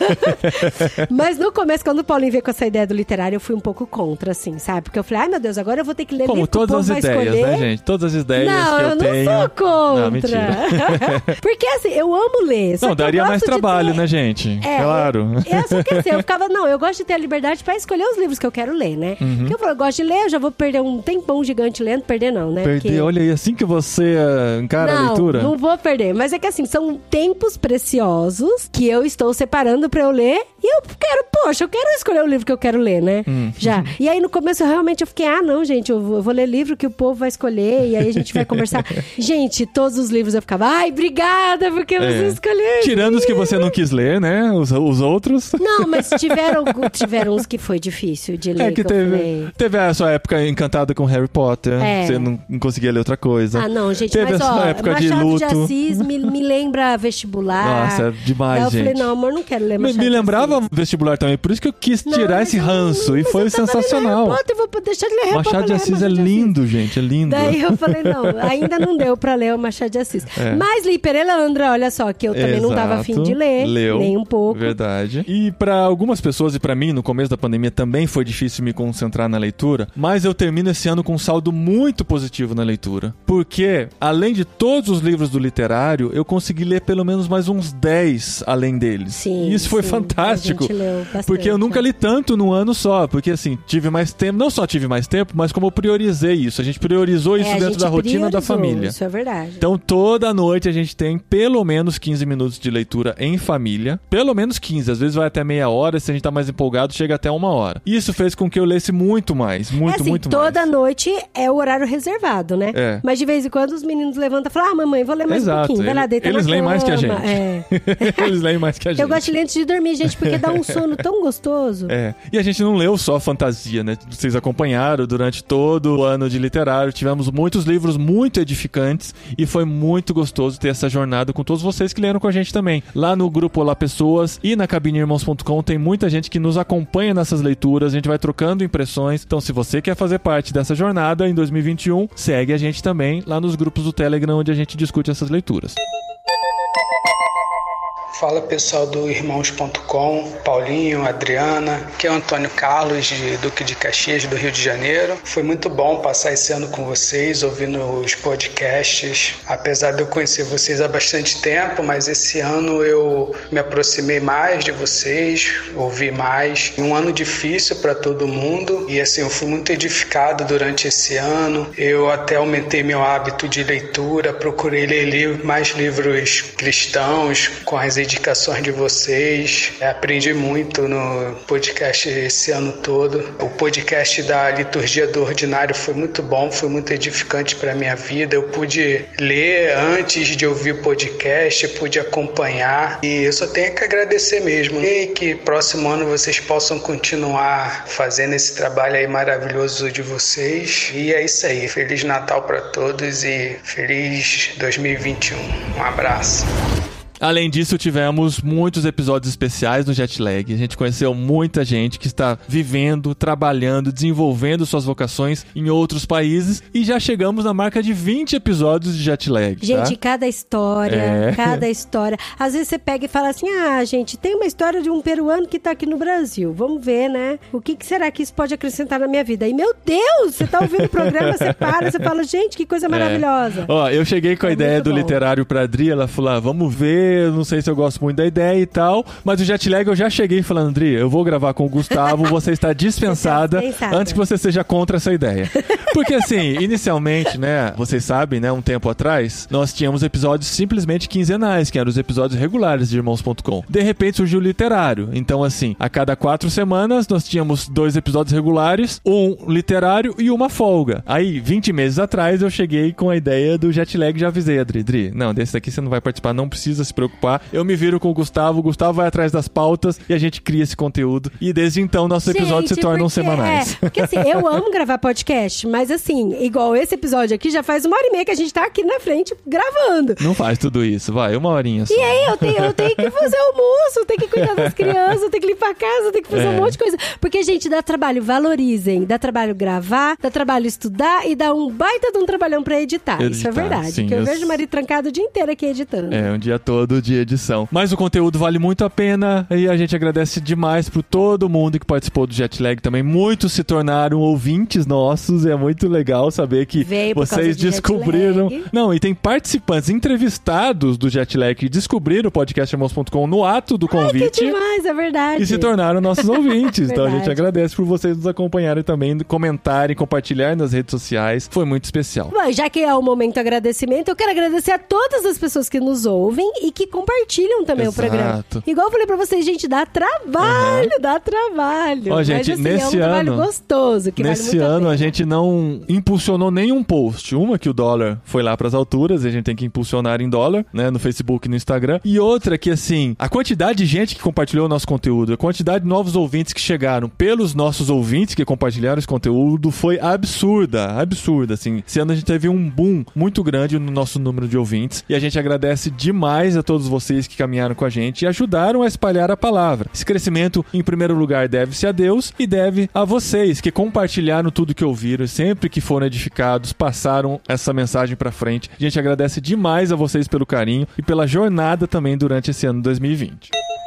Mas no começo, quando o Paulinho veio com essa ideia do Literário, eu fui um pouco contra, assim, sabe? Porque eu falei, ai meu Deus, agora eu vou ter que ler Como livro que o todas povo as vai ideias, escolher. né, gente? Todas as ideias Não, que eu, eu não tenho... sou contra. Não, mentira. Porque assim, eu amo ler. Só Não, que eu daria gosto mais de trabalho, ter- né, gente? É, Claro. É, só que assim, eu ficava, não, eu gosto de ter a liberdade pra escolher os livros que eu quero ler, né? Uhum. Porque eu falo, eu gosto de ler, eu já vou perder um tempão gigante lendo, perder não, né? Perder, Porque... olha aí, assim que você uh, encara não, a leitura. não vou perder. Mas é que assim, são tempos preciosos que eu estou separando pra eu ler. E eu quero, poxa, eu quero escolher o livro que eu quero ler, né? Hum. Já. E aí no começo eu realmente eu fiquei, ah, não, gente, eu vou, eu vou ler livro que o povo vai escolher. E aí a gente vai conversar. Gente, todos os livros eu ficava, ai, obrigada, porque você É. escolheu. Tirando os que você não quis ler, né? Os, os outros. Não, mas tiveram, tiveram uns que foi difícil de ler. É que eu teve, falei, teve a sua época encantada com Harry Potter. É. Você não, não conseguia ler outra coisa. ah, não, gente, Teve mas a sua ó, época de Machado de, luto. Assis me, me lembra vestibular. Nossa, é demais, Aí eu gente. falei, não, amor, não quero ler Me, Machado me de lembrava Assis. vestibular também, por isso que eu quis Não, tirar mas esse eu- ranço. E mas foi eu tava lendo sensacional. Harry Potter, eu vou deixar de ler Harry Machado de Potter, Assis é Machado de Assis. lindo, gente, é lindo. Daí eu falei, não, ainda não deu pra ler o Machado de Assis. É. Mas li Perelandra, olha só, que eu também não tava Exato. afim de ler, Leu. nem um pouco. Verdade. E pra algumas pessoas, e pra mim, no começo da pandemia, também foi difícil me concentrar na leitura, mas eu termino esse ano com um saldo muito positivo na leitura. Porque, além de todos os livros do Literário, eu consegui ler pelo menos mais uns dez além deles. Sim, E isso foi sim, fantástico. a gente leu bastante, Porque eu nunca né? li tanto num ano só. Porque, assim, tive mais tempo. Não só tive mais tempo, mas como eu priorizei isso. A gente priorizou isso É, a dentro gente da rotina da priorizou, família. Isso é verdade. Então, toda noite a gente tem pelo menos quinze minutos de leitura em família. Pelo menos quinze. Às vezes vai até meia hora. Se a gente tá mais empolgado, chega até uma hora. Isso fez com que eu lesse muito mais. Muito, é assim, muito toda mais. noite é o horário reservado, né? É. Mas de vez em quando os meninos levantam e falam, ah, mamãe, vou ler mais Exato. um pouquinho. Vai lá, deita Eles na leem mais que a cama. gente. É. Eles leem mais que a gente. Eu gosto de ler antes de dormir, gente, porque dá um sono tão gostoso. É. E a gente não leu só fantasia, né? Vocês acompanharam durante todo o ano de literário. Tivemos muitos livros muito edificantes e foi muito gostoso ter essa jornada com todos vocês que leram com a gente também. Lá no grupo Olá Pessoas e na cabine irmãos ponto com tem muita gente que nos acompanha nessas leituras. A gente vai trocando impressões. Então, se você quer fazer parte dessa jornada em dois mil e vinte e um, segue a gente também lá nos grupos do Telegram, onde a gente discute essas leituras. Fala pessoal do irmãos ponto com, Paulinho, Adriana, aqui é o Antônio Carlos de Duque de Caxias, do Rio de Janeiro. Foi muito bom passar esse ano com vocês, ouvindo os podcasts. Apesar de eu conhecer vocês há bastante tempo, mas esse ano eu me aproximei mais de vocês, ouvi mais. Um ano difícil para todo mundo e assim, eu fui muito edificado durante esse ano. Eu até aumentei meu hábito de leitura, procurei ler mais livros cristãos com as indicações de vocês. Aprendi muito no podcast esse ano todo. O podcast da Liturgia do Ordinário foi muito bom, foi muito edificante para a minha vida. Eu pude ler antes de ouvir o podcast, pude acompanhar e eu só tenho que agradecer mesmo. E que próximo ano vocês possam continuar fazendo esse trabalho aí maravilhoso de vocês. E é isso aí. Feliz Natal para todos e feliz dois mil e vinte e um. Um abraço. Além disso, tivemos muitos episódios especiais no Jetlag. A gente conheceu muita gente que está vivendo, trabalhando, desenvolvendo suas vocações em outros países. E já chegamos na marca de vinte episódios de Jetlag. Gente, tá? cada história, É. cada história. Às vezes você pega e fala assim, ah, gente, tem uma história de um peruano que tá aqui no Brasil. Vamos ver, né? O que, que será que isso pode acrescentar na minha vida? E, meu Deus, você tá ouvindo o programa, você para, você fala, gente, que coisa maravilhosa. Ó, eu cheguei com a É ideia muito do bom. literário pra Adri, ela falou, ah, vamos ver, eu não sei se eu gosto muito da ideia e tal, mas o Jetlag eu já cheguei falando, Adri, eu vou gravar com o Gustavo, você está dispensada Dispensada. antes que você seja contra essa ideia. Porque assim, inicialmente, né, vocês sabem, né, um tempo atrás, nós tínhamos episódios simplesmente quinzenais, que eram os episódios regulares de irmãos ponto com. De repente surgiu o literário, então assim, a cada quatro semanas nós tínhamos dois episódios regulares, um literário e uma folga. Aí, vinte meses atrás, eu cheguei com a ideia do Jetlag, já avisei, Adri, Adri, não, desse daqui você não vai participar, não precisa se preocupar. Eu me viro com o Gustavo, o Gustavo vai atrás das pautas e a gente cria esse conteúdo. E desde então, nossos gente, episódios se tornam porque, semanais. É, porque assim, eu amo gravar podcast, mas assim, igual esse episódio aqui, já faz uma hora e meia que a gente tá aqui na frente gravando. Não faz tudo isso, vai, uma horinha só. E aí, eu tenho, eu tenho que fazer almoço, eu tenho que cuidar das crianças, eu tenho que limpar a casa, eu tenho que fazer É. um monte de coisa. Porque, gente, dá trabalho, valorizem. Dá trabalho gravar, dá trabalho estudar e dá um baita de um trabalhão pra editar. Editar, Isso é verdade. sim, porque eu, eu vejo o marido trancado o dia inteiro aqui editando. É, um dia todo de edição. Mas o conteúdo vale muito a pena e a gente agradece demais por todo mundo que participou do Jetlag também. Muitos se tornaram ouvintes nossos, é muito legal saber que Veio por causa vocês de descobriram... Jetlag. Não, e tem participantes entrevistados do Jetlag que descobriram o podcast irmãos ponto com no ato do Ai, que convite. demais, é verdade. E se tornaram nossos ouvintes. Então a gente Verdade. agradece por vocês nos acompanharem também, comentarem, compartilhar nas redes sociais. Foi muito especial. Bom, já que é o momento agradecimento, eu quero agradecer a todas as pessoas que nos ouvem e que compartilham também Exato. o programa. Igual eu falei pra vocês, gente, dá trabalho, dá trabalho. Ó, gente, Mas, assim, nesse é um trabalho ano- gostoso, que Nesse vale muito ano a a pena. gente não impulsionou nenhum post. Uma que o dólar foi lá pras alturas e a gente tem que impulsionar em dólar, né, no Facebook e no Instagram. E outra que, assim, a quantidade de gente que compartilhou o nosso conteúdo, a quantidade de novos ouvintes que chegaram pelos nossos ouvintes que compartilharam esse conteúdo foi absurda, absurda, assim. Esse ano a gente teve um boom muito grande no nosso número de ouvintes e a gente agradece demais a todos vocês que caminharam com a gente e ajudaram a espalhar a palavra. Esse crescimento, em primeiro lugar, deve-se a Deus e deve a vocês que compartilharam tudo que ouviram, sempre que foram edificados, passaram essa mensagem pra frente. A gente agradece demais a vocês pelo carinho e pela jornada também durante esse ano dois mil e vinte.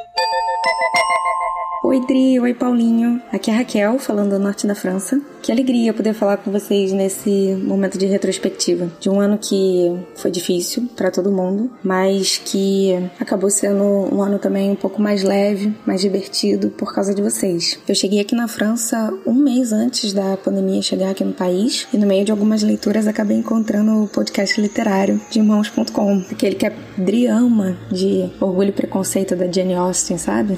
Oi, Dri. Oi, Paulinho. Aqui é a Raquel, falando do norte da França. Que alegria poder falar com vocês nesse momento de retrospectiva. De um ano que foi difícil para todo mundo, mas que acabou sendo um ano também um pouco mais leve, mais divertido por causa de vocês. Eu cheguei aqui na França um mês antes da pandemia chegar aqui no país e no meio de algumas leituras acabei encontrando o podcast literário de irmãos ponto com, aquele que a Dri ama, de Orgulho e Preconceito da Jane Austen, sabe?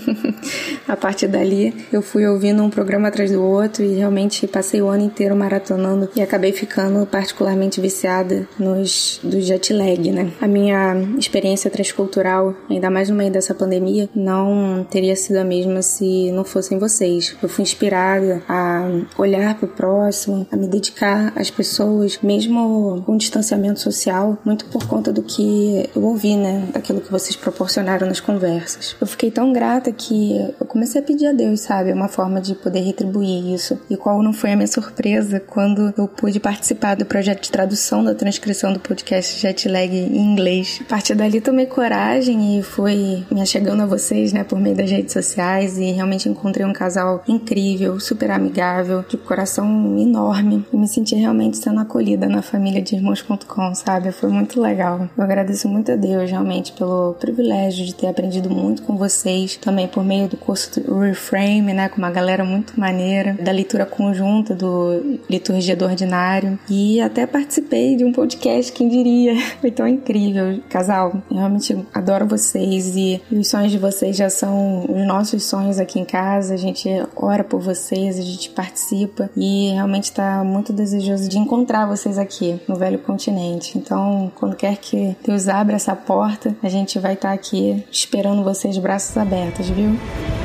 A partir dali, eu fui ouvindo um programa atrás do outro e realmente passei o ano inteiro maratonando e acabei ficando particularmente viciada nos do jet lag, né? A minha experiência transcultural, ainda mais no meio dessa pandemia, não teria sido a mesma se não fossem vocês. Eu fui inspirada a olhar para o próximo, a me dedicar às pessoas, mesmo com distanciamento social, muito por conta do que eu ouvi, né? Daquilo que vocês proporcionaram nas conversas. Eu fiquei tão grata que eu comecei a pedir a Deus, sabe? Uma forma de poder retribuir isso. E qual não foi a minha surpresa quando eu pude participar do projeto de tradução da transcrição do podcast Jetlag em inglês. A partir dali tomei coragem e fui me achegando a vocês, né? Por meio das redes sociais e realmente encontrei um casal incrível, super amigável, de coração enorme. E me senti realmente sendo acolhida na família de irmãos ponto com, sabe? Foi muito legal. Eu agradeço muito a Deus, realmente, pelo privilégio de ter aprendido muito com vocês. Também por meio do curso do Reframe, né, com uma galera muito maneira, da leitura conjunta do Liturgia do Ordinário, e até participei de um podcast, quem diria. Foi tão incrível. Casal, eu realmente adoro vocês e, e os sonhos de vocês já são os nossos sonhos aqui em casa. A gente ora por vocês, a gente participa e realmente está muito desejoso de encontrar vocês aqui no Velho Continente. Então, quando quer que Deus abra essa porta, a gente vai estar aqui esperando vocês de braços abertos, viu?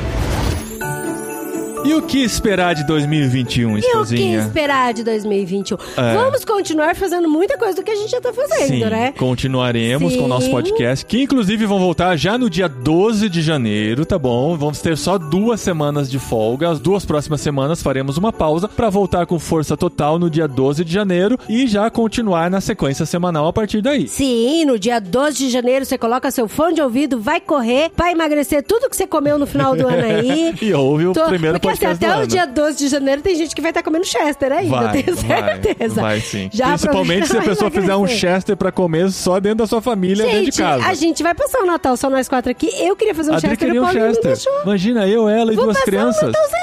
E o que esperar de dois mil e vinte e um, E o que esposinha? esperar de dois mil e vinte e um? É. Vamos continuar fazendo muita coisa do que a gente já tá fazendo, Sim, né? continuaremos Sim. com o nosso podcast, que inclusive vão voltar já no dia doze de janeiro, tá bom? Vamos ter só duas semanas de folga. As duas próximas semanas faremos uma pausa pra voltar com força total no dia doze de janeiro e já continuar na sequência semanal a partir daí. Sim, no dia doze de janeiro você coloca seu fone de ouvido, vai correr, vai emagrecer tudo que você comeu no final do ano aí. E ouve o Tô- primeiro Porque assim, podcast até do o ano. dia doze de janeiro tem gente que vai estar comendo Chester ainda, eu Vai, tenho certeza. vai, vai sim. Já Principalmente se a aproveita, pessoa vai fizer um emagrecer. Chester pra comer só dentro da sua família, dentro de Gente, casa. a gente vai passar o Natal só nós quatro aqui. Eu queria fazer um A Adri Chester e queria o um Paulinho não Chester. deixou. Imagina, eu, ela e Vou duas passar crianças. o Natal sem Chester.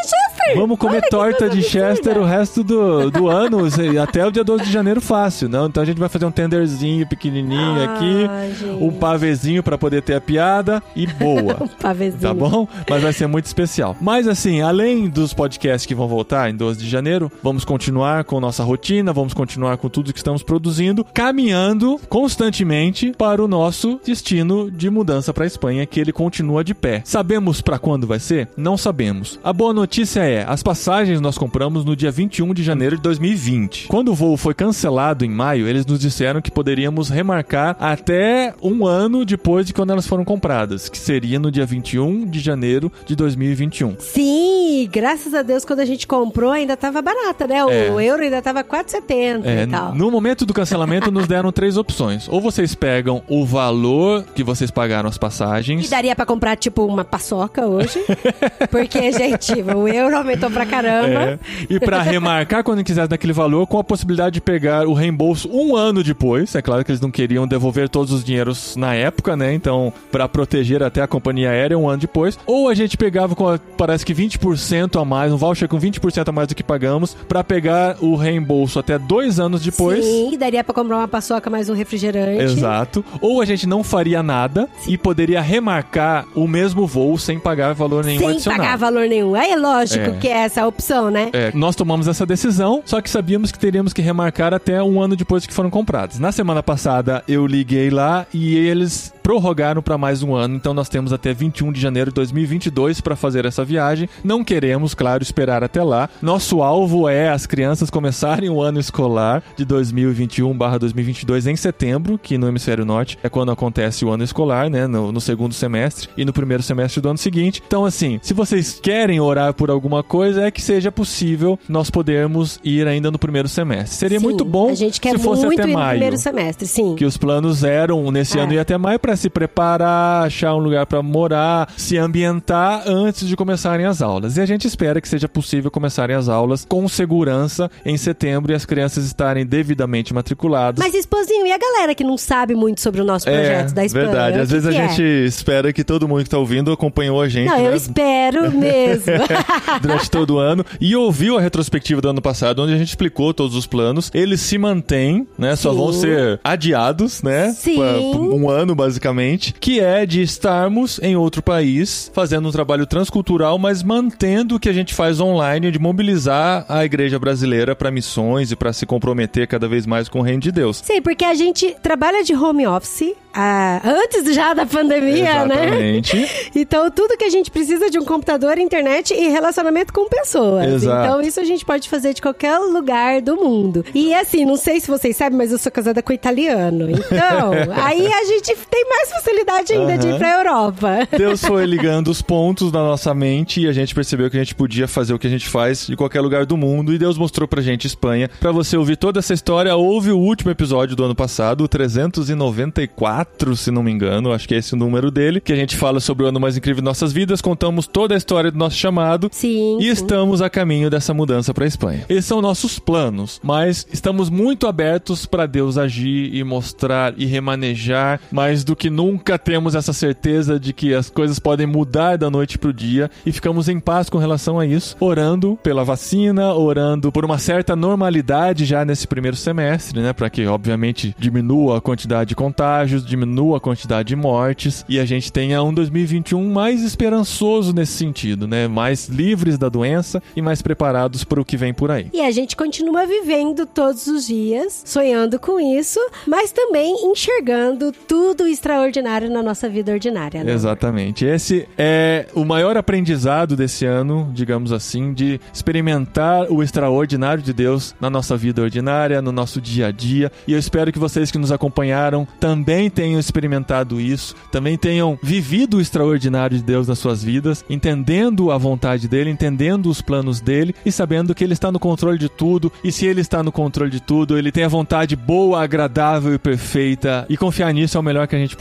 Vamos comer Olha torta de absurda. Chester o resto do, do ano, até o dia doze de janeiro fácil, não? Então a gente vai fazer um tenderzinho pequenininho ah, aqui, gente. um pavezinho pra poder ter a piada e boa. Um pavezinho. Tá bom? Mas vai ser muito especial. Mas assim, além dos podcasts que vão voltar em doze de janeiro, vamos continuar com nossa rotina, vamos continuar com tudo que estamos produzindo, caminhando constantemente para o nosso destino de mudança para a Espanha, que ele continua de pé. Sabemos para quando vai ser? Não sabemos. A boa notícia é, as passagens nós compramos no dia vinte e um de janeiro de dois mil e vinte. Quando o voo foi cancelado em maio, eles nos disseram que poderíamos remarcar até um ano depois de quando elas foram compradas, que seria no dia vinte e um de janeiro de dois mil e vinte e um. Sim, graças a Deus, quando a gente comprou ainda tava barata, né? O É. euro ainda tava quatro reais e setenta É, e tal. no momento do cancelamento nos deram três opções. Ou vocês pegam o valor que vocês pagaram as passagens. E daria pra comprar, tipo, uma paçoca hoje. Porque, gente, o euro aumentou pra caramba. É, e pra remarcar quando quisesse daquele valor, com a possibilidade de pegar o reembolso um ano depois. É claro que eles não queriam devolver todos os dinheiros na época, né? Então, pra proteger até a companhia aérea, um ano depois. Ou a gente pegava com, a, parece que vinte por cento a mais, um voucher com vinte por cento a mais do que pagamos, pra pegar o reembolso até dois anos depois. Sim, daria pra comprar uma paçoca mais um refrigerante. Exato. Ou a gente não faria nada e poderia remarcar o mesmo voo sem pagar valor nenhum Sem adicional. pagar valor nenhum. Aí é lógico É. que é essa a opção, né? É, nós tomamos essa decisão, só que sabíamos que teríamos que remarcar até um ano depois que foram comprados. Na semana passada, eu liguei lá e eles prorrogaram para mais um ano, então nós temos até vinte e um de janeiro de dois mil e vinte e dois para fazer essa viagem. Não queremos, claro, esperar até lá. Nosso alvo é as crianças começarem o ano escolar de dois mil e vinte e um barra dois mil e vinte e dois em setembro, que no hemisfério norte é quando acontece o ano escolar, né, no, no segundo semestre e no primeiro semestre do ano seguinte. Então, assim, se vocês querem orar por alguma coisa, é que seja possível nós podermos ir ainda no primeiro semestre. Seria Sim, muito bom a gente quer se fosse muito até ir no maio. primeiro semestre, sim. Que os planos eram, nesse É. ano, ir até maio para se preparar, achar um lugar para morar, se ambientar antes de começarem as aulas. E a gente espera que seja possível começarem as aulas com segurança em setembro e as crianças estarem devidamente matriculadas. Mas, esposinho, e a galera que não sabe muito sobre o nosso projeto da Espanha? verdade. Às O que vezes que a é? gente espera que todo mundo que tá ouvindo acompanhou a gente, Não, né, eu espero mesmo. durante todo o ano e ouviu a retrospectiva do ano passado, onde a gente explicou todos os planos. Eles se mantêm, né? Só Sim. vão ser adiados, né? Sim. Pra- por um ano, basicamente. Que é de estarmos em outro país, fazendo um trabalho transcultural, mas mantendo o que a gente faz online, de mobilizar a igreja brasileira para missões e para se comprometer cada vez mais com o reino de Deus. Sim, porque a gente trabalha de home office ah, antes já da pandemia, né? Exatamente. Então, tudo que a gente precisa de um computador, internet e relacionamento com pessoas. Exato. Então, isso a gente pode fazer de qualquer lugar do mundo. E assim, não sei se vocês sabem, mas eu sou casada com italiano. Então, aí a gente tem mais facilidade ainda de ir Aham. pra Europa. Deus foi ligando os pontos na nossa mente e a gente percebeu que a gente podia fazer o que a gente faz de qualquer lugar do mundo, e Deus mostrou pra gente Espanha. Pra você ouvir toda essa história, ouve o último episódio do ano passado, o trezentos e noventa e quatro, se não me engano, acho que é esse o número dele, que a gente fala sobre o ano mais incrível de nossas vidas, contamos toda a história do nosso chamado. Sim, E sim. estamos a caminho dessa mudança para a Espanha. Esses são nossos planos, mas estamos muito abertos para Deus agir e mostrar e remanejar. Mais do que nunca temos essa certeza de que as coisas podem mudar da noite pro dia e ficamos em paz com relação a isso, orando pela vacina, orando por uma certa normalidade já nesse primeiro semestre, né, para que obviamente diminua a quantidade de contágios, diminua a quantidade de mortes e a gente tenha um dois mil e vinte e um mais esperançoso nesse sentido, né? Mais livres da doença e mais preparados para o que vem por aí. E a gente continua vivendo todos os dias, sonhando com isso, mas também enxergando tudo extraordinário na nossa vida ordinária, né? Exatamente. Esse é o maior aprendizado desse ano, digamos assim, de experimentar o extraordinário de Deus na nossa vida ordinária, no nosso dia a dia. E eu espero que vocês que nos acompanharam também tenham experimentado isso, também tenham vivido o extraordinário de Deus nas suas vidas, entendendo a vontade dele, entendendo os planos dele e sabendo que ele está no controle de tudo. E se ele está no controle de tudo, ele tem a vontade boa, agradável e perfeita. E confiar nisso é o melhor que a gente pode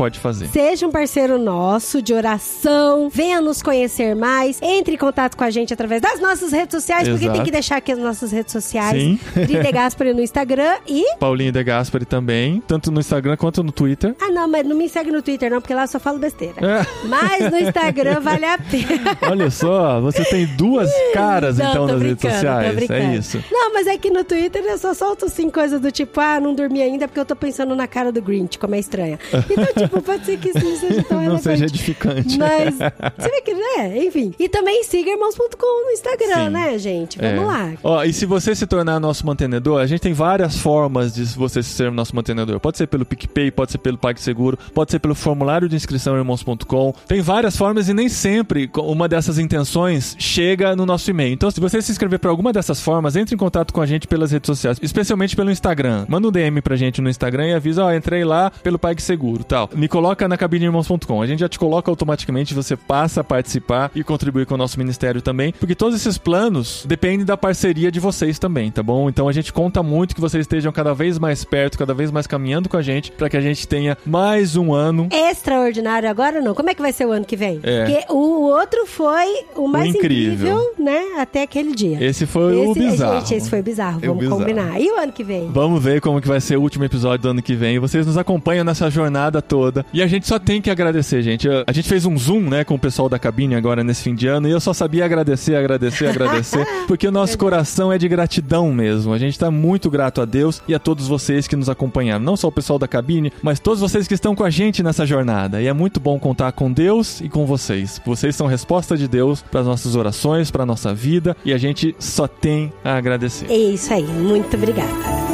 pode fazer. Seja um parceiro nosso de oração, venha nos conhecer mais, entre em contato com a gente através das nossas redes sociais, Exato. porque tem que deixar aqui as nossas redes sociais. Sim. Dri De Gasperi no Instagram e... Paulinho De Gasperi também, tanto no Instagram quanto no Twitter. Ah, não, mas não me segue no Twitter não, porque lá eu só falo besteira. É. Mas no Instagram vale a pena. Olha só, você tem duas caras Não, então tô nas redes brincando, tô sociais. brincando. É isso. Não, mas é que no Twitter eu só solto assim coisas do tipo, ah, não dormi ainda porque eu tô pensando na cara do Grinch, como é estranha. Então, tipo, pode ser que isso não seja tão Não relevante. seja edificante. Mas, você vê que, né? Enfim. E também siga irmãos ponto com no Instagram, Sim. né, gente? Vamos É. lá. Ó, e se você se tornar nosso mantenedor, a gente tem várias formas de você ser nosso mantenedor. Pode ser pelo PicPay, pode ser pelo PagSeguro, pode ser pelo formulário de inscrição irmãos ponto com. Tem várias formas e nem sempre uma dessas intenções chega no nosso e-mail. Então, se você se inscrever por alguma dessas formas, entre em contato com a gente pelas redes sociais, especialmente pelo Instagram. Manda um D M pra gente no Instagram e avisa, ó, entrei lá pelo PagSeguro e tal. Me coloca na cabine irmãos ponto com. A gente já te coloca automaticamente, você passa a participar e contribuir com o nosso ministério também, porque todos esses planos dependem da parceria de vocês também, tá bom? Então a gente conta muito que vocês estejam cada vez mais perto, cada vez mais caminhando com a gente, pra que a gente tenha mais um ano Extraordinário agora não. Como é que vai ser o ano que vem? É. Porque o outro foi o mais incrível. incrível, né? Até aquele dia. Esse foi o bizarro. Gente, esse foi bizarro. É o Vamos bizarro. combinar. E o ano que vem? Vamos ver como que vai ser o último episódio do ano que vem. Vocês nos acompanham nessa jornada toda. E a gente só tem que agradecer, gente. A gente fez um Zoom, né, com o pessoal da cabine agora nesse fim de ano. E eu só sabia agradecer, agradecer, agradecer. Porque o nosso coração é de gratidão mesmo. A gente tá muito grato a Deus e a todos vocês que nos acompanharam. Não só o pessoal da cabine, mas todos vocês que estão com a gente nessa jornada. E é muito bom contar com Deus e com vocês. Vocês são resposta de Deus para as nossas orações, para nossa vida. E a gente só tem a agradecer. É isso aí. Muito obrigada.